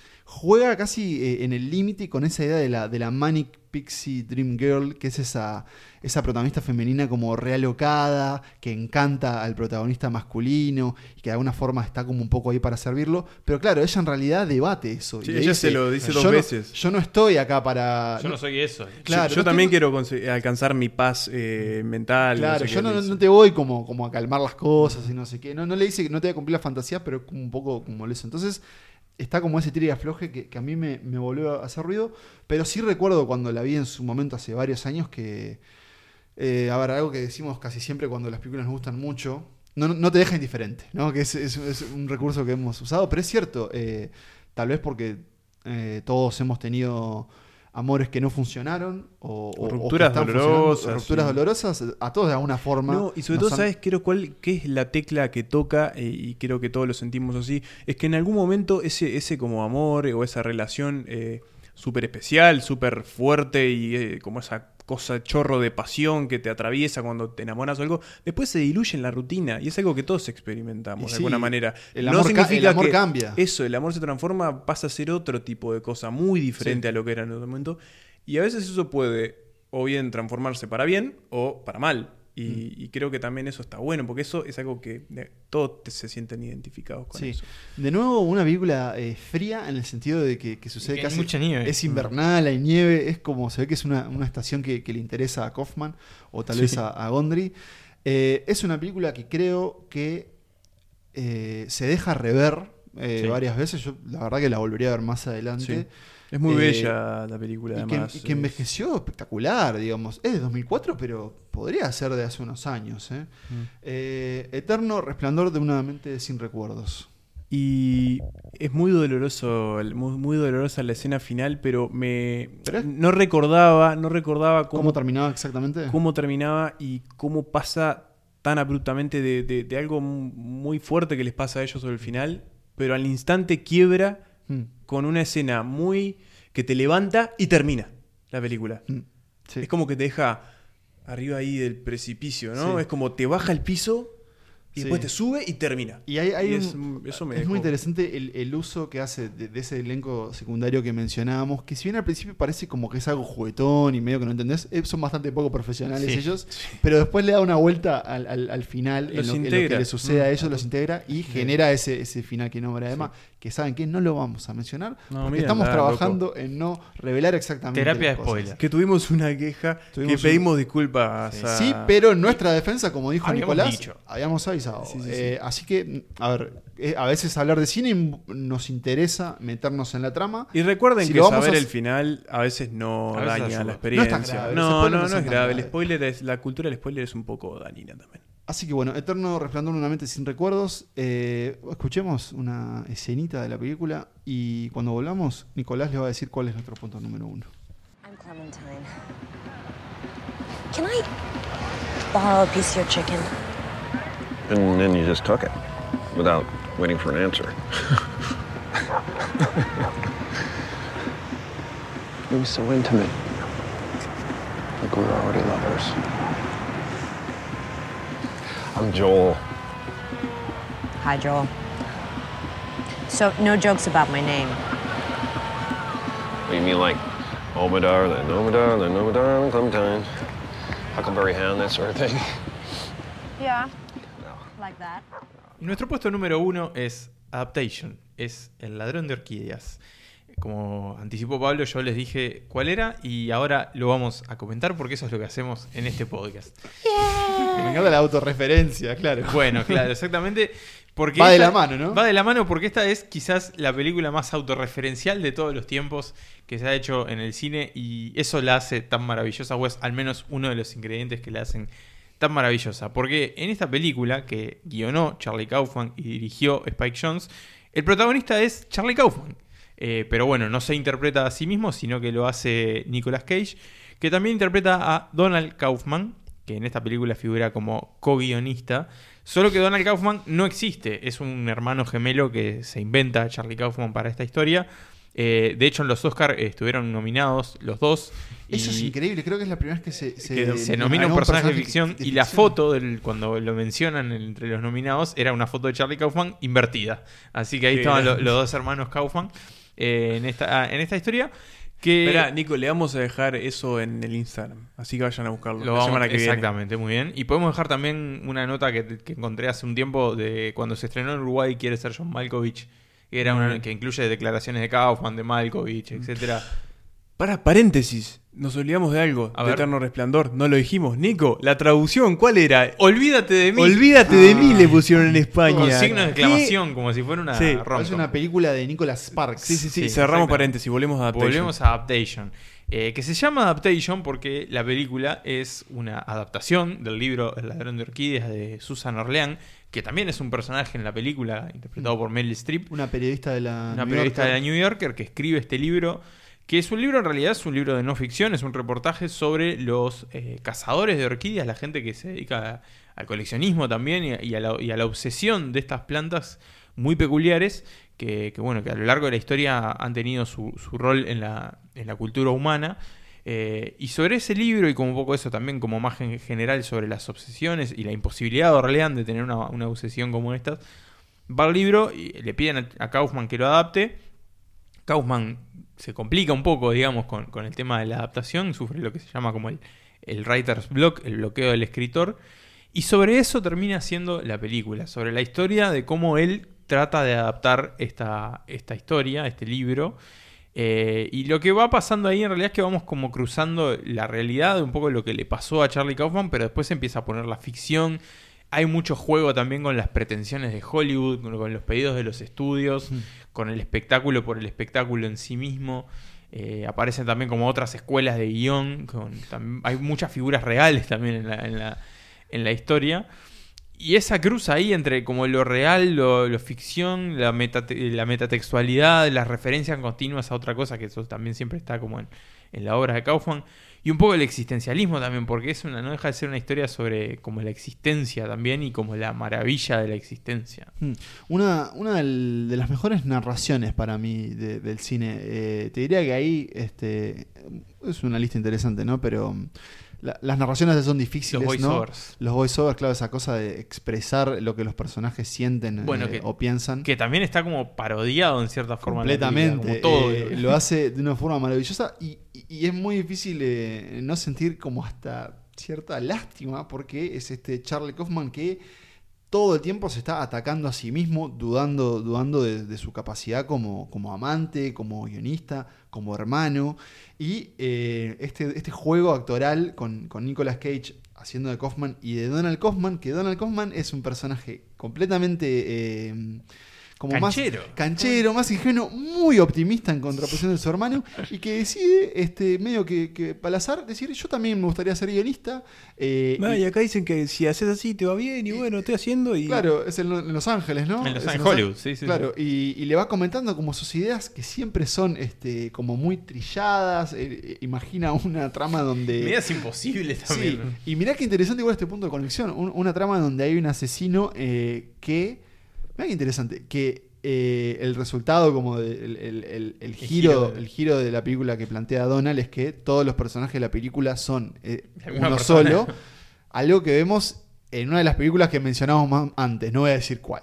juega casi eh, en el límite con esa idea de la, de la Manic Pixie Dream Girl, que es esa, esa protagonista femenina como realocada, que encanta al protagonista masculino y que de alguna forma está como un poco ahí para servirlo. Pero claro, ella en realidad debate eso. Sí, y le ella se lo dice dos "Yo no- veces". yo no estoy acá para... Yo no soy eso. Claro, yo yo no también tengo- quiero conse- alcanzar mi paz eh, mental. Claro, no sé yo qué no, le dice. no te voy como, como a calmar las cosas y no sé qué. No, no le dice que no te voy a cumplir las fantasías, pero es como un poco como eso. Entonces, está como ese tira y afloje que, que a mí me, me volvió a hacer ruido. Pero sí recuerdo cuando la vi en su momento hace varios años que. eh, a ver, algo que decimos casi siempre cuando las películas nos gustan mucho. No, no te deja indiferente, ¿no? Que es, es- es un recurso que hemos usado, pero es cierto. eh, tal vez porque eh, todos hemos tenido amores que no funcionaron o, O o- o que rupturas están funcionando, dolorosas, rupturas sí. dolorosas, a todos de alguna forma. No, y sobre nos todo, han- ¿sabes? Creo cuál, qué es la tecla que toca, eh, y creo que todos lo sentimos así, es que en algún momento ese, ese como amor eh, o esa relación eh, súper especial, súper fuerte y eh, como esa cosa, chorro de pasión que te atraviesa cuando te enamoras o algo, después se diluye en la rutina y es algo que todos experimentamos Y de sí, alguna manera. el no amor ca- significa el amor que cambia. Eso, el amor se transforma, pasa a ser otro tipo de cosa muy diferente Sí. a lo que era en otro momento. Y a veces eso puede o bien transformarse para bien o para mal. Y, mm. y creo que también eso está bueno, porque eso es algo que de, todos te, se sienten identificados con sí. eso. De nuevo, una película eh, fría en el sentido de que, que sucede que casi. hay mucha nieve. Es invernal, hay nieve, es como se ve que es una, una estación que, que le interesa a Kaufman o tal Sí. vez a, a Gondry. Eh, es una película que creo que eh, se deja rever eh, Sí. varias veces. Yo la verdad que la volvería a ver más adelante. Sí. Es muy Eh, bella la película, y además. que, y que envejeció espectacular, digamos. Es de dos mil cuatro, pero podría ser de hace unos años. ¿eh? Mm. Eh, Eterno resplandor de una mente sin recuerdos. Y es muy doloroso, muy, muy dolorosa la escena final, pero me ¿Pero es? no recordaba, no recordaba cómo, ¿Cómo terminaba exactamente? cómo terminaba y cómo pasa tan abruptamente de, de, de algo muy fuerte que les pasa a ellos sobre el final, pero al instante quiebra Mm. con una escena muy que te levanta y termina la película. Mm. Sí. Es como que te deja arriba ahí del precipicio, ¿no? Sí. Es como te baja el piso y Sí. después te sube y termina. Y hay, hay Y es, un- eso me es dejó. muy interesante el, el uso que hace de, de ese elenco secundario que mencionábamos, que si bien al principio parece como que es algo juguetón y medio que no entendés, eh, son bastante poco profesionales Sí, ellos, sí. pero después le da una vuelta al, al, al final, en Los lo, en lo integra. que le sucede Mm. a ellos, los integra y genera ese, ese final que nombra además, que saben que no lo vamos a mencionar, No, porque mira, estamos nada, trabajando en no revelar exactamente Terapia las de cosas. spoiler. Que tuvimos una queja, Tuvimos que pedimos disculpas. Sí. a- Sí, pero en nuestra defensa, como dijo Habíamos Nicolás, dicho. habíamos avisado. Sí, sí, Eh, así que, a ver, eh, a veces hablar de cine nos interesa meternos en la trama. Y recuerden Si que lo vamos saber a- el final a veces no A veces daña ayuda. la No experiencia. es tan grave, los No, spoilers no, no no son es tan grave. El graves. spoiler es, la cultura del spoiler es un poco dañina también. Así que bueno, Eterno resplandor de una mente sin recuerdos. Eh, escuchemos una escenita de la película y cuando volvamos, Nicolás le va a decir cuál es nuestro punto número uno. I'm Clementine. Can I borrow a piece of your chicken? And then you just took it without waiting for an answer. It was so intimate. Like we were already lovers. I'm Joel. Hi, Joel. So, no jokes about my name. What do you mean, like Omidar, then Omidar, then Omidar, then Clementine, Huckleberry Hound, that sort of thing? Yeah. Like that. Y nuestro puesto número uno es Adaptation, es El ladrón de orquídeas. Como anticipó Pablo, yo les dije cuál era y ahora lo vamos a comentar porque eso es lo que hacemos en este podcast. Me encanta la autorreferencia, claro. Bueno, claro, exactamente. Porque Va de esta- la mano, ¿no? Va de la mano porque esta es quizás la película más autorreferencial de todos los tiempos que se ha hecho en el cine y eso la hace tan maravillosa, o es al menos uno de los ingredientes que la hacen tan maravillosa. Porque en esta película que guionó Charlie Kaufman y dirigió Spike Jonze, el protagonista es Charlie Kaufman. Eh, pero bueno, no se interpreta a sí mismo, sino que lo hace Nicolas Cage, que también interpreta a Donald Kaufman, que en esta película figura como co-guionista. Solo que Donald Kaufman no existe, es un hermano gemelo que se inventa Charlie Kaufman para esta historia. Eh, de hecho, en los Oscars estuvieron nominados los dos. Eso es y increíble, creo que es la primera vez que se, se, que se nomina ganó un personaje de de ficción de y la ficción. foto, del, cuando lo mencionan entre los nominados, era una foto de Charlie Kaufman invertida. Así que ahí Qué estaban lo- grande. los dos hermanos Kaufman eh, en, esta, en esta historia. Que Espera, Nico, le vamos a dejar eso en el Instagram. Así que vayan a buscarlo Lo la vamos- semana que exactamente, muy bien. Y podemos dejar también una nota que, que encontré hace un tiempo de cuando se estrenó en Uruguay Quiere ser John Malkovich, que era una Mm. que incluye declaraciones de Kaufman, de Malkovich, etcétera. Para, paréntesis. Nos olvidamos de algo. A de ver. Eterno Resplandor. No lo dijimos. Nico, la traducción, ¿cuál era? Olvídate de mí. Olvídate de mí le pusieron en España. Con signos de ¿Qué? exclamación, como si fuera una Sí. rom-com. Es una película de Nicholas Sparks. Sí, sí, sí. Sí, Cerramos exactamente. paréntesis. Volvemos a Adaptation. Volvemos a Adaptation. Eh, que se llama Adaptation porque la película es una adaptación del libro El ladrón de orquídeas de Susan Orlean, que también es un personaje en la película interpretado por Meryl Streep. Una periodista de la Una New periodista de Yorker. la New Yorker que escribe este libro, que es un libro, en realidad es un libro de no ficción, es un reportaje sobre los eh, cazadores de orquídeas, la gente que se dedica a- al coleccionismo también y a, y a la, y a la obsesión de estas plantas muy peculiares que, que, bueno, que a lo largo de la historia han tenido su, su rol en la, en la cultura humana. Eh, y sobre ese libro, y como un poco eso también, como más en general sobre las obsesiones y la imposibilidad de Orleán de tener una, una obsesión como esta, va al libro y le piden a, a Kaufman que lo adapte. Kaufman se complica un poco, digamos, con, con el tema de la adaptación, sufre lo que se llama como el, el writer's block, el bloqueo del escritor, y sobre eso termina haciendo la película, sobre la historia de cómo él trata de adaptar esta, esta historia, este libro. Eh, y lo que va pasando ahí en realidad es que vamos como cruzando la realidad de un poco lo que le pasó a Charlie Kaufman, pero después se empieza a poner la ficción. Hay mucho juego también con las pretensiones de Hollywood, con, con los pedidos de los estudios, mm. con el espectáculo por el espectáculo en sí mismo. Eh, aparecen también como otras escuelas de guión. Con, tam, hay muchas figuras reales también en la, en la, en la historia. Y esa cruz ahí entre como lo real, lo, lo ficción, la, metate, la metatextualidad, las referencias continuas a otra cosa, que eso también siempre está como en, en la obra de Kaufman. Y un poco el existencialismo también, porque es una, no deja de ser una historia sobre como la existencia también y como la maravilla de la existencia. Una, una del, de las mejores narraciones para mí de, del cine. Eh, te diría que ahí este, es una lista interesante, ¿no? Pero la, las narraciones son difíciles, los ¿no? voiceovers. Los voiceovers, claro, esa cosa de expresar lo que los personajes sienten bueno, eh, que, o piensan. Que también está como parodiado en cierta forma. Completamente. En como todo. Eh, lo hace de una forma maravillosa y, y, y es muy difícil eh, no sentir como hasta cierta lástima porque es este Charlie Kaufman que todo el tiempo se está atacando a sí mismo, dudando, dudando de, de su capacidad como, como amante, como guionista, como hermano. Y eh, este, este juego actoral con, con Nicolas Cage haciendo de Kaufman y de Donald Kaufman, que Donald Kaufman es un personaje completamente eh, como canchero. más canchero, más ingenuo, muy optimista en contraposición de su hermano, y que decide, este medio que, que para azar, decir, yo también me gustaría ser guionista. Eh, no, y, y acá dicen que si haces así te va bien, y bueno, estoy haciendo y... Claro, es en, en Los Ángeles, ¿no? En Los es Ángeles, en Hollywood, sí, sí. Claro, sí. Y, y le va comentando como sus ideas, que siempre son este como muy trilladas. Eh, imagina una trama donde... Medias imposibles también. Sí, ¿no? y mirá qué interesante igual este punto de conexión. Un, una trama donde hay un asesino eh, que... Mirá qué interesante, que... Eh, el resultado como de, el, el, el, el, giro, el giro de la película que plantea Donald es que todos los personajes de la película son eh, uno persona. solo, algo que vemos en una de las películas que mencionamos más antes, no voy a decir cuál.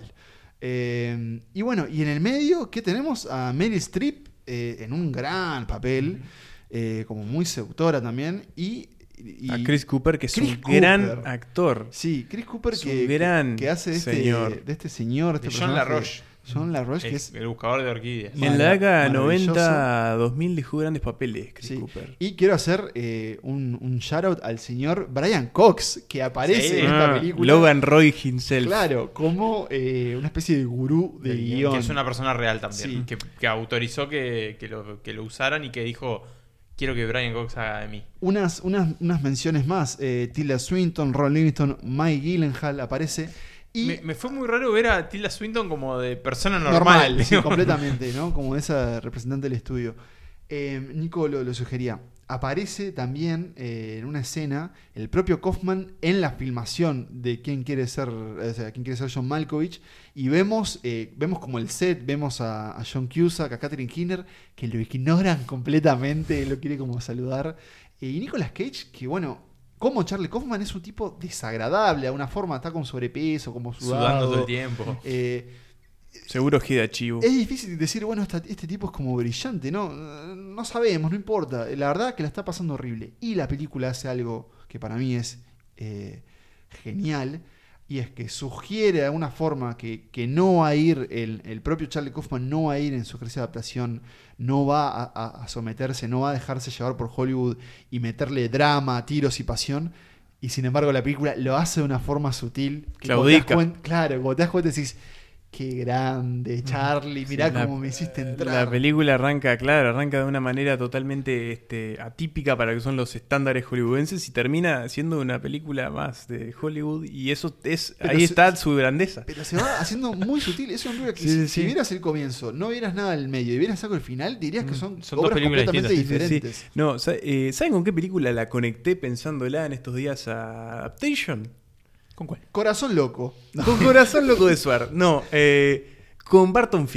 Eh, y bueno, y en el medio, ¿qué tenemos? A Meryl Streep eh, en un gran papel, eh, como muy seductora también, y Y a Chris Cooper, que es Chris un Cooper. gran actor. Sí, Chris Cooper es que, un gran que, que hace de este señor. de este señor, este de John LaRoche. John LaRoche, el, que es el buscador de orquídeas. En la década noventa a dos mil dejó grandes papeles, Chris sí. Cooper. Y quiero hacer eh, un, un shout out al señor Brian Cox, que aparece sí. en esta ah, película. Logan Roy himself. Claro, como eh, una especie de gurú de, de guión. Que es una persona real también. Sí. Que, que autorizó que, que, lo, que lo usaran y que dijo... Quiero que Brian Cox haga de mí. Unas, unas, unas menciones más. Eh, Tilda Swinton, Ron Livingston, Mike Gyllenhaal aparece. Y me, me fue muy raro ver a Tilda Swinton como de persona normal. Normal, sí, completamente, ¿no? Como esa representante del estudio. Eh, Nico lo, lo sugería. Aparece también eh, en una escena el propio Kaufman en la filmación de quién quiere ser, o sea, quién quiere ser John Malkovich, y vemos, eh, vemos como el set, vemos a, a John Cusack, a Catherine Keener, que lo ignoran completamente, lo quiere como saludar. Eh, y Nicolas Cage, que bueno, como Charlie Kaufman es un tipo desagradable, de alguna forma está con sobrepeso, como sudado, sudando todo el tiempo. Eh, Seguro gira chivo. Es difícil decir, bueno, esta, este tipo es como brillante, ¿no? No sabemos, no importa. La verdad es que la está pasando horrible. Y la película hace algo que para mí es eh, genial, y es que sugiere de alguna forma que, que no va a ir, el, el propio Charlie Kaufman no va a ir en su ejercicio de adaptación, no va a, a, a someterse, no va a dejarse llevar por Hollywood y meterle drama, tiros y pasión. Y sin embargo la película lo hace de una forma sutil. Que Claudica. cuenta, claro, cuando te das cuenta decís... Qué grande, Charlie, mirá sí, cómo la, me hiciste entrar. La película arranca, claro, arranca de una manera totalmente este, atípica para lo que son los estándares hollywoodenses y termina siendo una película más de Hollywood, y eso es pero ahí se, está su grandeza. Pero se va haciendo muy sutil. Es una película que sí, si, sí. si vieras el comienzo, no vieras nada del medio y vieras algo del final, dirías que son, son obras dos películas completamente distintas. diferentes. Sí, sí. No, eh, ¿saben con qué película la conecté pensándola en estos días a Adaptation? ¿Con cuál? Corazón Loco. No. Con Corazón Loco de Suar. No, eh... con Barton Fink.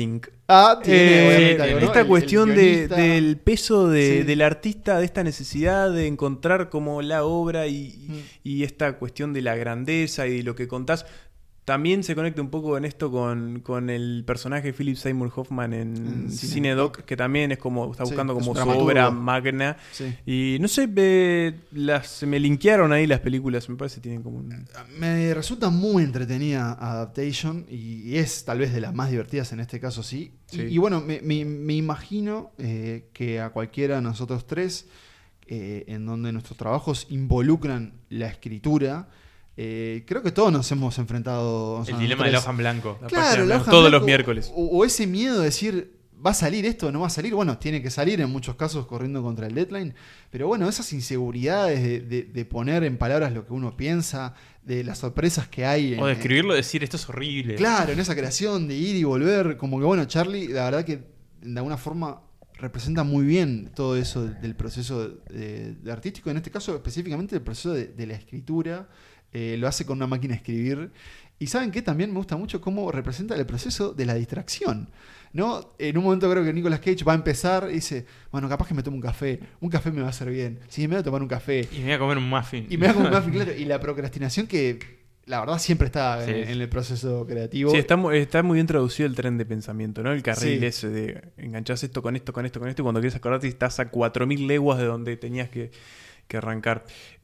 Ah, tiene, Eh, obviamente algo, ¿no? esta El- cuestión el de- guionista. del peso de- Sí. del artista, de esta necesidad de encontrar como la obra y, Mm. y esta cuestión de la grandeza y de lo que contás. También se conecta un poco en esto con, con el personaje Philip Seymour Hoffman en En Cinedoc, que también es como está Sí, buscando es como un su dramaturgo. obra magna. Sí. Y no sé, ve, las, se me linkearon ahí las películas, me parece que tienen como un... Me resulta muy entretenida Adaptation y, y es tal vez de las más divertidas en este caso, sí. Sí. Y, y bueno, me, me- me imagino eh, que a cualquiera de nosotros tres, eh, en donde nuestros trabajos involucran la escritura, eh, creo que todos nos hemos enfrentado. o sea, El dilema de la nosotros- hoja en blanco. La Claro, página la en hoja en todos blanco, los miércoles. O, o ese miedo de decir, ¿va a salir esto o no va a salir? Bueno, tiene que salir en muchos casos corriendo contra el deadline. Pero bueno, esas inseguridades de, de- de poner en palabras lo que uno piensa, de las sorpresas que hay. en- O de escribirlo, decir esto es horrible. Claro, en esa creación de ir y volver. Como que bueno, Charlie, la verdad que de alguna forma representa muy bien todo eso del, del proceso de, de artístico, en este caso específicamente el proceso de, de la escritura. Eh, lo hace con una máquina de escribir. Y ¿saben qué? También me gusta mucho cómo representa el proceso de la distracción, ¿no? En un momento creo que Nicolas Cage va a empezar y dice, bueno, capaz que me tomo un café. Un café me va a hacer bien. Sí, me voy a tomar un café. Y me voy a comer un muffin. Y me voy a comer un muffin, claro. Y la procrastinación que, la verdad, siempre está Sí. en, en el proceso creativo. Sí, está, mu- está muy bien traducido el tren de pensamiento, ¿no? El carril Sí. ese de enganchás esto con esto, con esto, con esto, y cuando quieres acordarte estás a cuatro mil leguas de donde tenías que, que arrancar.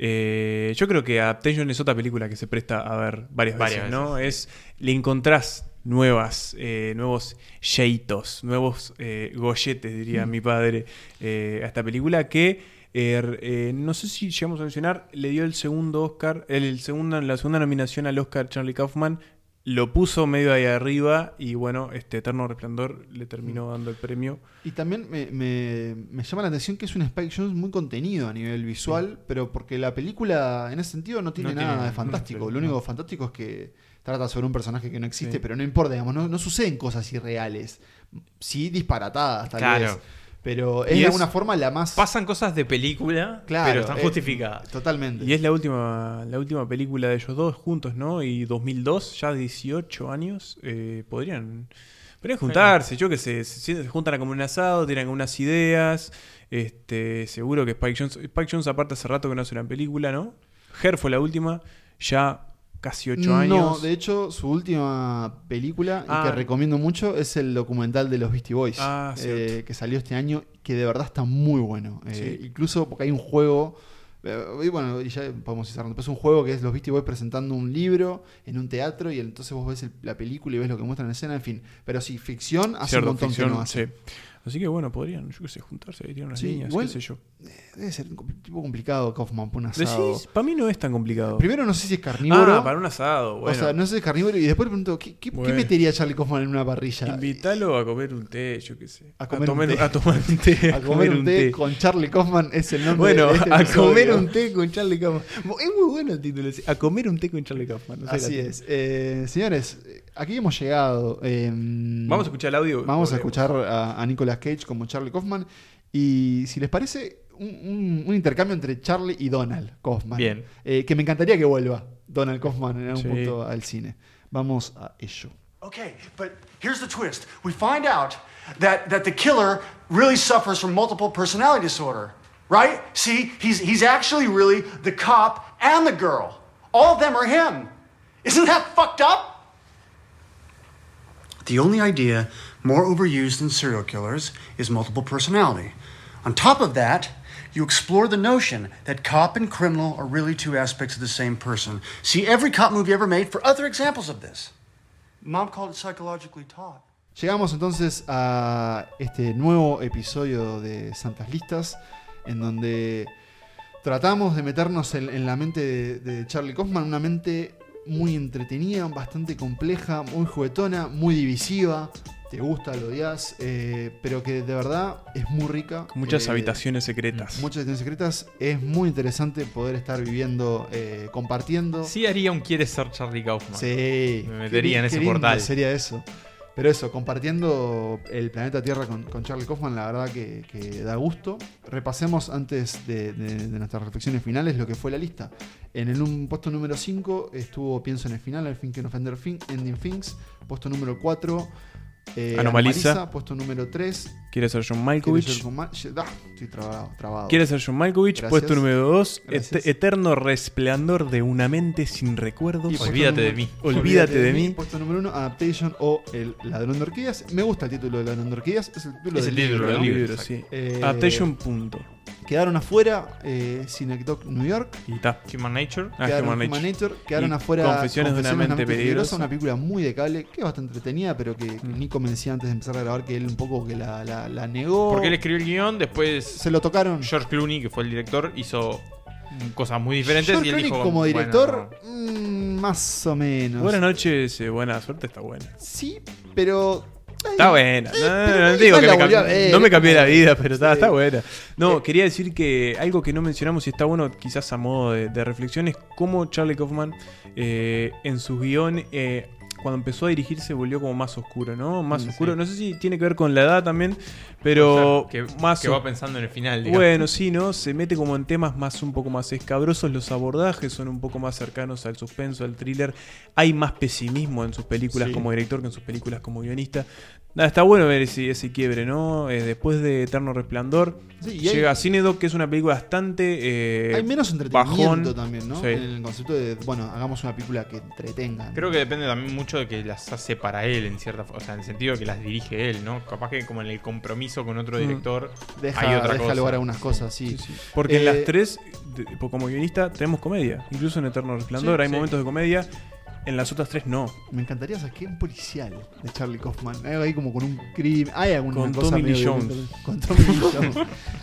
Eh, yo creo que Adaptation es otra película que se presta a ver varias, Varias veces, ¿no? Es, le encontrás nuevas, eh, nuevos yeitos, nuevos eh, golletes, diría Mm. mi padre, eh, a esta película que... Er, eh, no sé si llegamos a mencionar, le dio el segundo Oscar, el, el segundo, la segunda nominación al Oscar Charlie Kaufman, lo puso medio ahí arriba y bueno, este Eterno Resplandor le terminó dando el premio. Y también me, me- me llama la atención que es un Spike Jonze muy contenido a nivel visual, pero porque la película en ese sentido no tiene No nada tiene- de fantástico. no, Lo único no. fantástico es que trata sobre un personaje que no existe, Sí. pero no importa, digamos, no, no suceden cosas irreales. Sí disparatadas, tal Claro. vez. Pero Y es de es- alguna forma la más... Pasan cosas de película, Claro, pero están eh, justificadas. Totalmente. Y es la última, la última película de ellos dos juntos, ¿no? Y dos mil dos, ya dieciocho años, eh, podrían, podrían juntarse, yo que sé, se, se juntan a comer un asado, tienen unas ideas, este, seguro que Spike Jonze, Spike Jonze aparte hace rato que no hace una película, ¿no? Her fue la última, ya casi ocho años. No, de hecho, su última película, Ah. y que recomiendo mucho, es el documental de los Beastie Boys, Ah, eh, cierto. que salió este año, que de verdad está muy bueno. Eh, Sí. Incluso porque hay un juego, eh, y bueno, y ya podemos ir cerrando, pero es un juego que es los Beastie Boys presentando un libro en un teatro, y entonces vos ves el- la película y ves lo que muestran en escena, en fin. Pero sí, ficción hace Cierto, un montón ficción, que no hace. sí. Así que bueno, podrían, yo qué sé, juntarse ahí, tirar unas Sí, líneas, igual- qué sé yo. Debe ser un com- tipo complicado Kaufman por un asado. Decís, para mí no es tan complicado. Primero no sé si es carnívoro. Ah, para un asado, bueno. O sea, no sé si es carnívoro, y después pregunto, ¿qué, qué, qué Bueno. metería Charlie Kaufman en una parrilla? Invítalo a comer un té, yo qué sé. A comer un tomar- té. a tomar un té. A comer un té con Charlie Kaufman es el nombre Bueno, de este a episodio. comer un té con Charlie Kaufman. Es muy bueno el título. ese, A comer un té con Charlie Kaufman. no sé Así la- es. Eh, señores, aquí hemos llegado. eh, Vamos a escuchar el audio. Vamos a volvemos. escuchar a, a Nicolas Cage como Charlie Kaufman. Y si les parece, un, un- un intercambio entre Charlie y Donald Kaufman. Bien. Eh, que me encantaría que vuelva Donald Kaufman en algún Sí. punto al cine. Vamos a ello. Okay, but here's the twist. We find out that, that the killer really suffers from multiple personality disorder, right? See, he's, he's actually really the cop and the girl. All of them are him. Isn't that fucked up? The only idea more overused than serial killers is multiple personality. On top of that, you explore the notion that cop and criminal are really two aspects of the same person. See every cop movie ever made for other examples of this. Mom called it psychologically taut. Llegamos entonces a este nuevo episodio de Santas Listas, en donde tratamos de meternos en, en la mente de, de Charlie Kaufman, una mente muy entretenida, bastante compleja, muy juguetona, muy divisiva. Te gusta, lo odias, eh, pero que de verdad es muy rica. Muchas Eh, habitaciones secretas. Muchas habitaciones secretas. Es muy interesante poder estar viviendo, eh, compartiendo. Sí haría un quiere ser Charlie Kaufman. Sí. Me metería en Qué ese lindo portal. sería eso. Pero eso, compartiendo el planeta Tierra con, con Charlie Kaufman, la verdad que, que da gusto. Repasemos antes de, de- de nuestras reflexiones finales lo que fue la lista. En el un, puesto número cinco estuvo Pienso en el final, al fin que no Offender Fin- Ending Things. Puesto número cuatro, Eh, Anomaliza. Anomaliza, puesto número tres. Quiere ser John Quiere Malkovich. ser con Ma- ah, estoy trabado. trabado. Quiere ser John Malkovich. Gracias. Puesto número dos. Gracias. Eterno resplandor de una mente sin recuerdos. Y puesto Olvídate número- de mí. Olvídate de mí. Puesto número uno, Adaptation o El Ladrón de Orquídeas. Me gusta el título de Ladrón de Orquídeas. Es el título Es del el título libro, del ¿no? libro, sí. Eh, Adaptation, punto. Quedaron afuera eh, Synecdoche New York. Y está. Human Nature. Ah, Quedaron Human Human Nature. Nature. Quedaron Y afuera Confesiones de una mente peligrosa. Una película muy de cable, que es bastante entretenida, pero que, que Mm. Nico me decía antes de empezar a grabar que él un poco que la, la, la negó. Porque él escribió el guión, después Se lo tocaron. George Clooney, que fue el director, hizo cosas muy diferentes George y él Clooney dijo como bueno, director, mm, más o menos. Buenas noches, eh, buena suerte, está buena. Sí, pero... Está buena. No, pero no igual digo que la me volvió a cambió- ver, no me es cambié como- la vida, pero está, Sí. está buena. No, Eh. quería decir que algo que no mencionamos y está bueno, quizás a modo de, de reflexión, es cómo Charlie Kaufman eh, en sus guiones, eh, cuando empezó a dirigirse, volvió como más oscuro, ¿no? Más Mm, oscuro. sí. No sé si tiene que ver con la edad también, pero O sea, que, más que o- va pensando en el final, digamos. Bueno, sí, ¿no? Se mete como en temas más un poco más escabrosos, los abordajes son un poco más cercanos al suspenso, al thriller. Hay más pesimismo en sus películas Sí. como director que en sus películas como guionista. Nada, está bueno ver ese, ese quiebre, ¿no? Eh, después de Eterno Resplandor, Sí, y hay- llega a Synecdoche, que es una película bastante eh, Hay menos entretenimiento bajón. también, ¿no? Sí. En el concepto de, bueno, hagamos una película que entretenga. ¿no? Creo que depende también mucho de que las hace para él, en cierta forma. O sea, en el sentido de que las dirige él, ¿no? Capaz que como en el compromiso con otro Mm. director Deja, hay otra deja cosa. lugar a algunas cosas, sí. Sí, sí. Porque en Eh, las tres, de- como guionista, tenemos comedia. Incluso en Eterno Resplandor Sí, hay sí. momentos de comedia. En las otras tres no. Me encantaría saber qué un policial de Charlie Kaufman. Algo ahí como con un crimen. Hay alguna Con cosa Tommy medio Lee violenta. Jones. Con Tommy Lee Jones.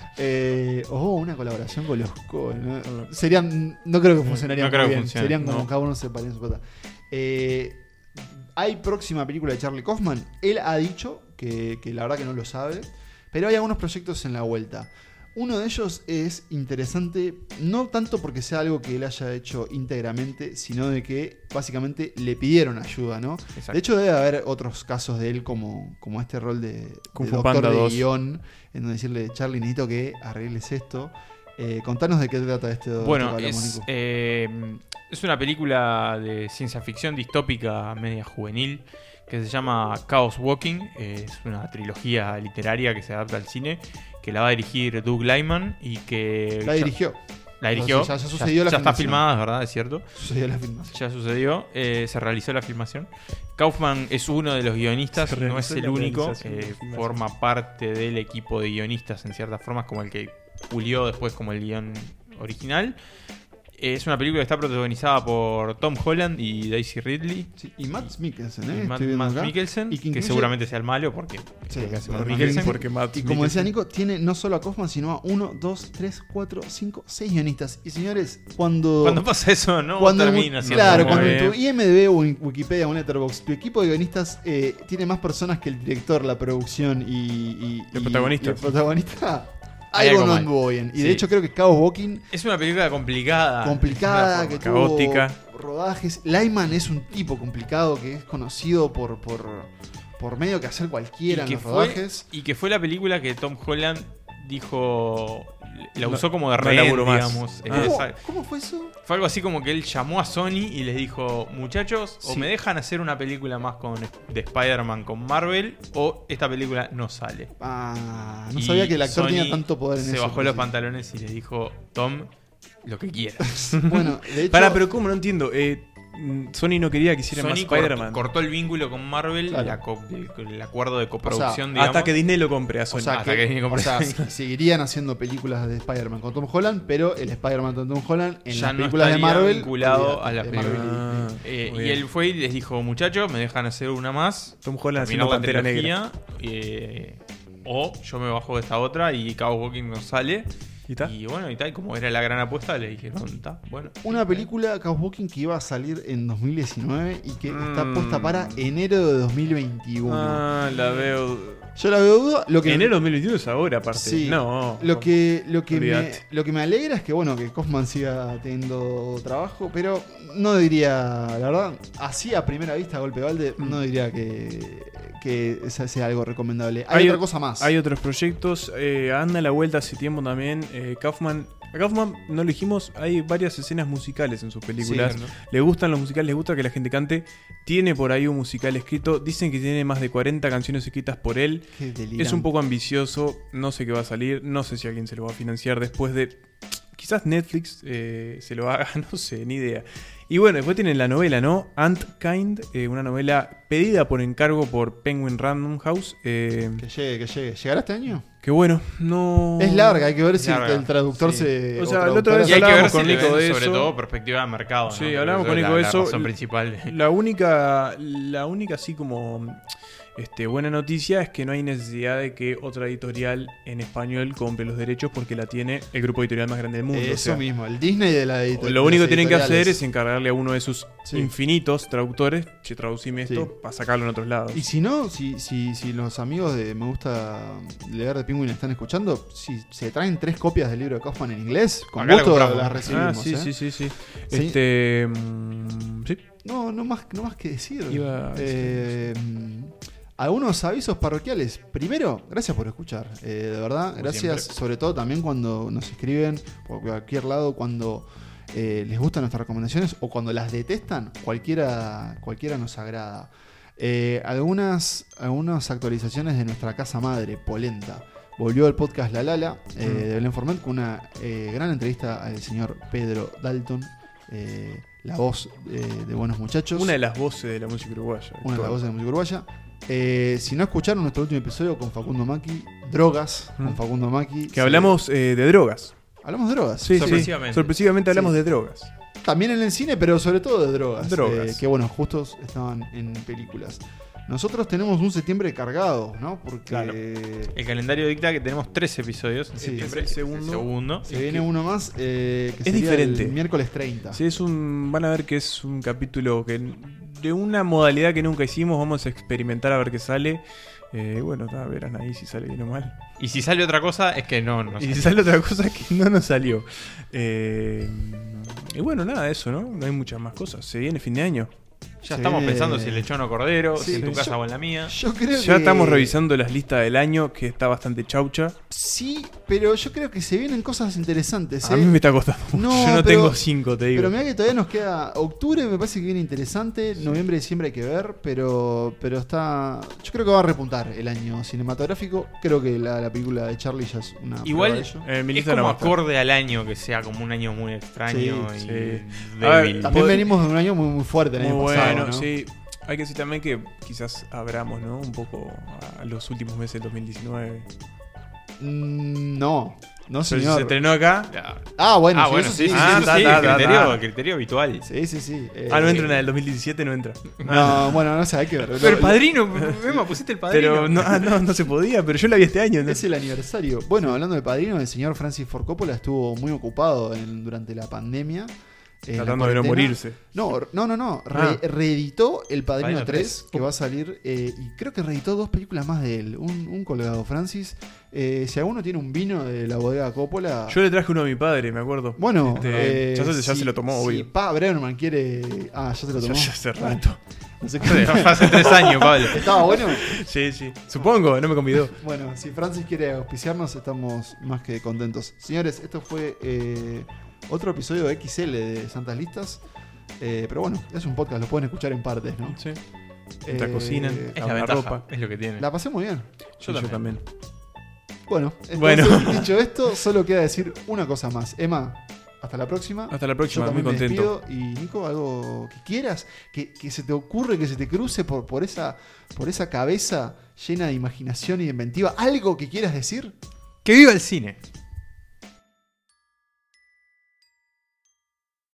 eh, o una colaboración con los Coen, ¿no? Serían. No creo que funcionaría No muy creo que bien. funcione, Serían como no. cada uno se paría en su pata. Eh, hay próxima película de Charlie Kaufman. Él ha dicho que, que la verdad que no lo sabe. Pero hay algunos proyectos en la vuelta. Uno de ellos es interesante, no tanto porque sea algo que él haya hecho íntegramente, sino de que básicamente le pidieron ayuda, ¿no? Exacto. De hecho, debe haber otros casos de él como, como este rol de, de Kung Fu doctor Panda de dos. guión, en donde decirle, Charlie, necesito que arregles esto. Eh, contanos de qué trata este Bueno, este que hablamos, es, Nico. eh, es una película de ciencia ficción distópica media juvenil que se llama Chaos Walking. Eh, es una trilogía literaria que se adapta al cine, que la va a dirigir Doug Liman y que... La dirigió. La dirigió. O sea, ya- ya sucedió la ya está filmación. filmada, es verdad, es cierto. Sucedió la filmación. Ya sucedió, eh, se realizó la filmación. Kaufman es uno de los guionistas, Se no es realizó el la único. realización de la eh, filmación. forma parte del equipo de guionistas en ciertas formas, como el que pulió después como el guión original. Es una película que está protagonizada por Tom Holland y Daisy Ridley. Sí, y Matt Mikkelsen, ¿eh? Y Matt, Estoy viendo Matt acá. Mikkelsen, Y que que, incluye- seguramente sea el malo, porque Sí, es lo que hace Matt Matt Mikkelsen. Mikkelsen. Porque Matt Y como decía Mikkelsen- Nico, tiene no solo a Kaufman, sino a uno, dos, tres, cuatro, cinco, seis guionistas. Y señores, cuando. Cuando pasa eso, no cuando termina siendo Claro, como cuando que- en tu I M D B o en Wikipedia o en Letterboxd, tu equipo de guionistas eh, tiene más personas que el director, la producción y. y El y- protagonista. y el protagonista. Hay Algo algo no mal. anduvo bien. Y Sí. de hecho, creo que Chaos Walking. Es una película complicada. Complicada, de que alguna forma. tuvo Caótica. rodajes. Lyman es un tipo complicado que es conocido por, por, por medio que hacer cualquiera en que los fue, rodajes. y que fue la película que Tom Holland dijo, la No- usó como de no rehén, laburo más. digamos. Eh, Ah. ¿Cómo, esa- cómo fue eso? Fue algo así como que él llamó a Sony y les dijo, muchachos, o Sí. me dejan hacer una película más con de Spider-Man con Marvel, o esta película no sale. Ah, no Y sabía que el actor Sony tenía tanto poder en se eso. bajó los sí. pantalones y les dijo, Tom, lo que quieras. Bueno, de hecho. Pará, pero ¿cómo? No entiendo. Eh, mm, Sony no quería que hiciera más Sony cortó, Spider-Man. cortó el vínculo con Marvel, Claro. la co- el, el acuerdo de coproducción, digamos. Hasta que Disney lo compre a Sony. O sea, hasta que, que Disney o compró. sea, seguirían haciendo películas de Spider-Man con Tom Holland, pero el Spider-Man con Tom Holland en ya las no películas de estaría Marvel. vinculado olvídate, a la de película. Marvel y Ah, Disney. Eh, muy y bien. él fue y les dijo, muchachos, me dejan hacer una más. Tom Holland terminar haciendo la Pantera Negra. trilogía, eh, o yo me bajo de esta otra y Chaos Walking no sale. ¿Y está? Y bueno, y tal, como era la gran apuesta, le dijeron, está, bueno. Una película, Chaos Walking, que iba a salir en dos mil diecinueve y que está Mm. puesta para enero de dos mil veintiuno. Ah, la veo. Yo la veo duda. Lo que Enero de dos mil veintiuno es ahora, aparte. Sí. No. Lo que, lo, que me, Olvídate. lo que me alegra es que, bueno, que Kaufman siga teniendo trabajo, pero no diría, la verdad, así a primera vista, a golpe de balde, Mm. no diría que, que esa sea algo recomendable. Hay, otra o- cosa más. Hay otros proyectos. Eh, anda a la vuelta hace tiempo también. Eh, Kaufman A Kaufman, no lo dijimos, hay varias escenas musicales en sus películas. Sí, ¿no? Le gustan los musicales, le gusta que la gente cante. Tiene por ahí un musical escrito. Dicen que tiene más de cuarenta canciones escritas por él. Qué delirante. Es un poco ambicioso. No sé qué va a salir. No sé si alguien se lo va a financiar después de... Quizás Netflix eh, se lo haga, no sé, ni idea. Y bueno, después tienen la novela, ¿no? Ant Kind, eh, una novela pedida por encargo por Penguin Random House. Eh, Que llegue, que llegue. ¿Llegará este año? que bueno, no... Es larga, hay que ver Es si el, larga, el traductor sí. se... O sea, o la otra traductora vez Y hay que ver hablábamos si con le Nico ven, de sobre eso. todo, perspectiva de mercado. ¿no? Sí, Porque hablábamos eso con es Nico la, de la eso. razón principal. La única, la única así como este, buena noticia es que no hay necesidad de que otra editorial en español compre los derechos porque la tiene el grupo editorial más grande del mundo. Eso o sea, mismo, el Disney de la editorial. lo único que tienen que hacer es encargarle a uno de sus Sí. infinitos traductores, che, traducime esto Sí. para sacarlo en otros lados. Y si no, si, si, si los amigos de Me Gusta Leer de Penguin están escuchando, si se traen tres copias del libro de Kaufman en inglés, con Acá la gusto compramos. las recibimos. Ah, sí, ¿eh? sí, sí, sí. Sí. Este, mm, sí. No, no más, no más que decir. Iba a decir Eh, algunos avisos parroquiales. Primero, gracias por escuchar. Eh, de verdad, Como gracias siempre. sobre todo también cuando nos escriben por cualquier lado, cuando eh, les gustan nuestras recomendaciones o cuando las detestan, cualquiera, cualquiera nos agrada. Eh, algunas, algunas actualizaciones de nuestra casa madre, Polenta. Volvió el podcast La Lala eh, Mm. de Belén Forment con una eh, gran entrevista al señor Pedro Dalton, eh, la voz eh, de Buenos Muchachos. Una de las voces de la música uruguaya. Una de las actual. voces de la música uruguaya. Eh, si no escucharon nuestro último episodio con Facundo Maki, Drogas, Mm. con Facundo Maki. Que hablamos eh, de drogas. Hablamos de drogas. Sí, Sorpresivamente. sí. Sorpresivamente hablamos Sí. de drogas. También en el cine, pero sobre todo de drogas. Drogas. Eh, que bueno, justos estaban en películas. Nosotros tenemos un septiembre cargado, ¿no? Porque Claro. El calendario dicta que tenemos tres episodios en Sí, septiembre. el segundo. El segundo. se viene uno más eh, que Es sería diferente. el miércoles treinta. Sí, es un. Van a ver que es un capítulo que de una modalidad que nunca hicimos. Vamos a experimentar a ver qué sale. Eh, bueno, ta, verán ahí si sale bien o mal. Y si sale otra cosa, es que no. no Y sale. si sale otra cosa que no nos salió. Eh, y bueno, nada, eso, ¿no? No hay muchas más cosas. Se viene fin de año. Ya Se estamos viene- pensando si lechón o cordero, Sí, si en tu yo- casa o en la mía. Yo creo Ya que- estamos revisando las listas del año, que está bastante chaucha. Sí, pero yo creo que se vienen cosas interesantes. A ¿eh? mí me está costando mucho. No, Yo no pero- tengo cinco, te digo. Pero mira que todavía nos queda octubre, me parece que viene interesante, noviembre, diciembre hay que ver, pero pero está, yo creo que va a repuntar el año cinematográfico. Creo que la, la película de Charlie ya es una Igual prueba de ello. Eh, mi es lista como no va a estar. acorde al año que sea como un año muy extraño Sí, y sí. débil. A También pod- venimos de un año muy muy fuerte el Muy año bueno, pasado, ¿no? sí. Hay que decir también que quizás abramos, ¿no? Un poco a los últimos meses del dos mil diecinueve. Mm, no, no Pero si señor. se estrenó acá. Ah, bueno, ah, sí, bueno, eso sí, sí, sí, Ah, sí, ta, sí, ta, el ta, criterio, ta. el criterio habitual. Sí, sí, sí. eh, Ah, no entra en la del dos mil diecisiete, no entra. No, bueno, no sé, hay que ver. Pero el Lo- padrino, Emma, pusiste el padrino. Pero no, ah, no, no se podía, pero yo la vi este año. ¿no? Es el aniversario. Bueno, hablando del padrino, el señor Francis Ford Coppola estuvo muy ocupado en- durante la pandemia. en la Tratando de no cuarentena. morirse. No, no, no, no. Re- Ah. reeditó El Padrino Padrino tres, tres. que va a salir. eh, y creo que reeditó dos películas más de él. Un, un colgado, Francis. Eh, si alguno tiene un vino de la bodega Coppola. Yo le traje uno a mi padre, me acuerdo. Bueno, Este, eh, ya, se, ya si- se lo tomó, si obvio. Pa Brennerman quiere. Ah, ya se lo Ya- tomó. ya hace Bueno, rato. no sé Sí, hace tres años, Pablo. ¿Estaba bueno? Sí, sí. Supongo, no me convidó. Bueno, si Francis quiere auspiciarnos, estamos más que contentos. Señores, esto fue eh, otro episodio de X L de Santas Listas. Eh, pero bueno, es un podcast, lo pueden escuchar en partes, ¿no? Sí. Mientras cocinan, Es la lavan ventaja, ropa. es lo que tiene. La pasé muy bien. Yo, yo también. Bueno, entonces, Bueno. dicho esto, solo queda decir una cosa más. Emma, hasta la próxima. Hasta la próxima, Yo muy también me contento. despido. Y Nico, algo que quieras, que, que se te ocurre, que se te cruce por, por, esa, por esa cabeza llena de imaginación y de inventiva. ¿Algo que quieras decir? ¡Que viva el cine!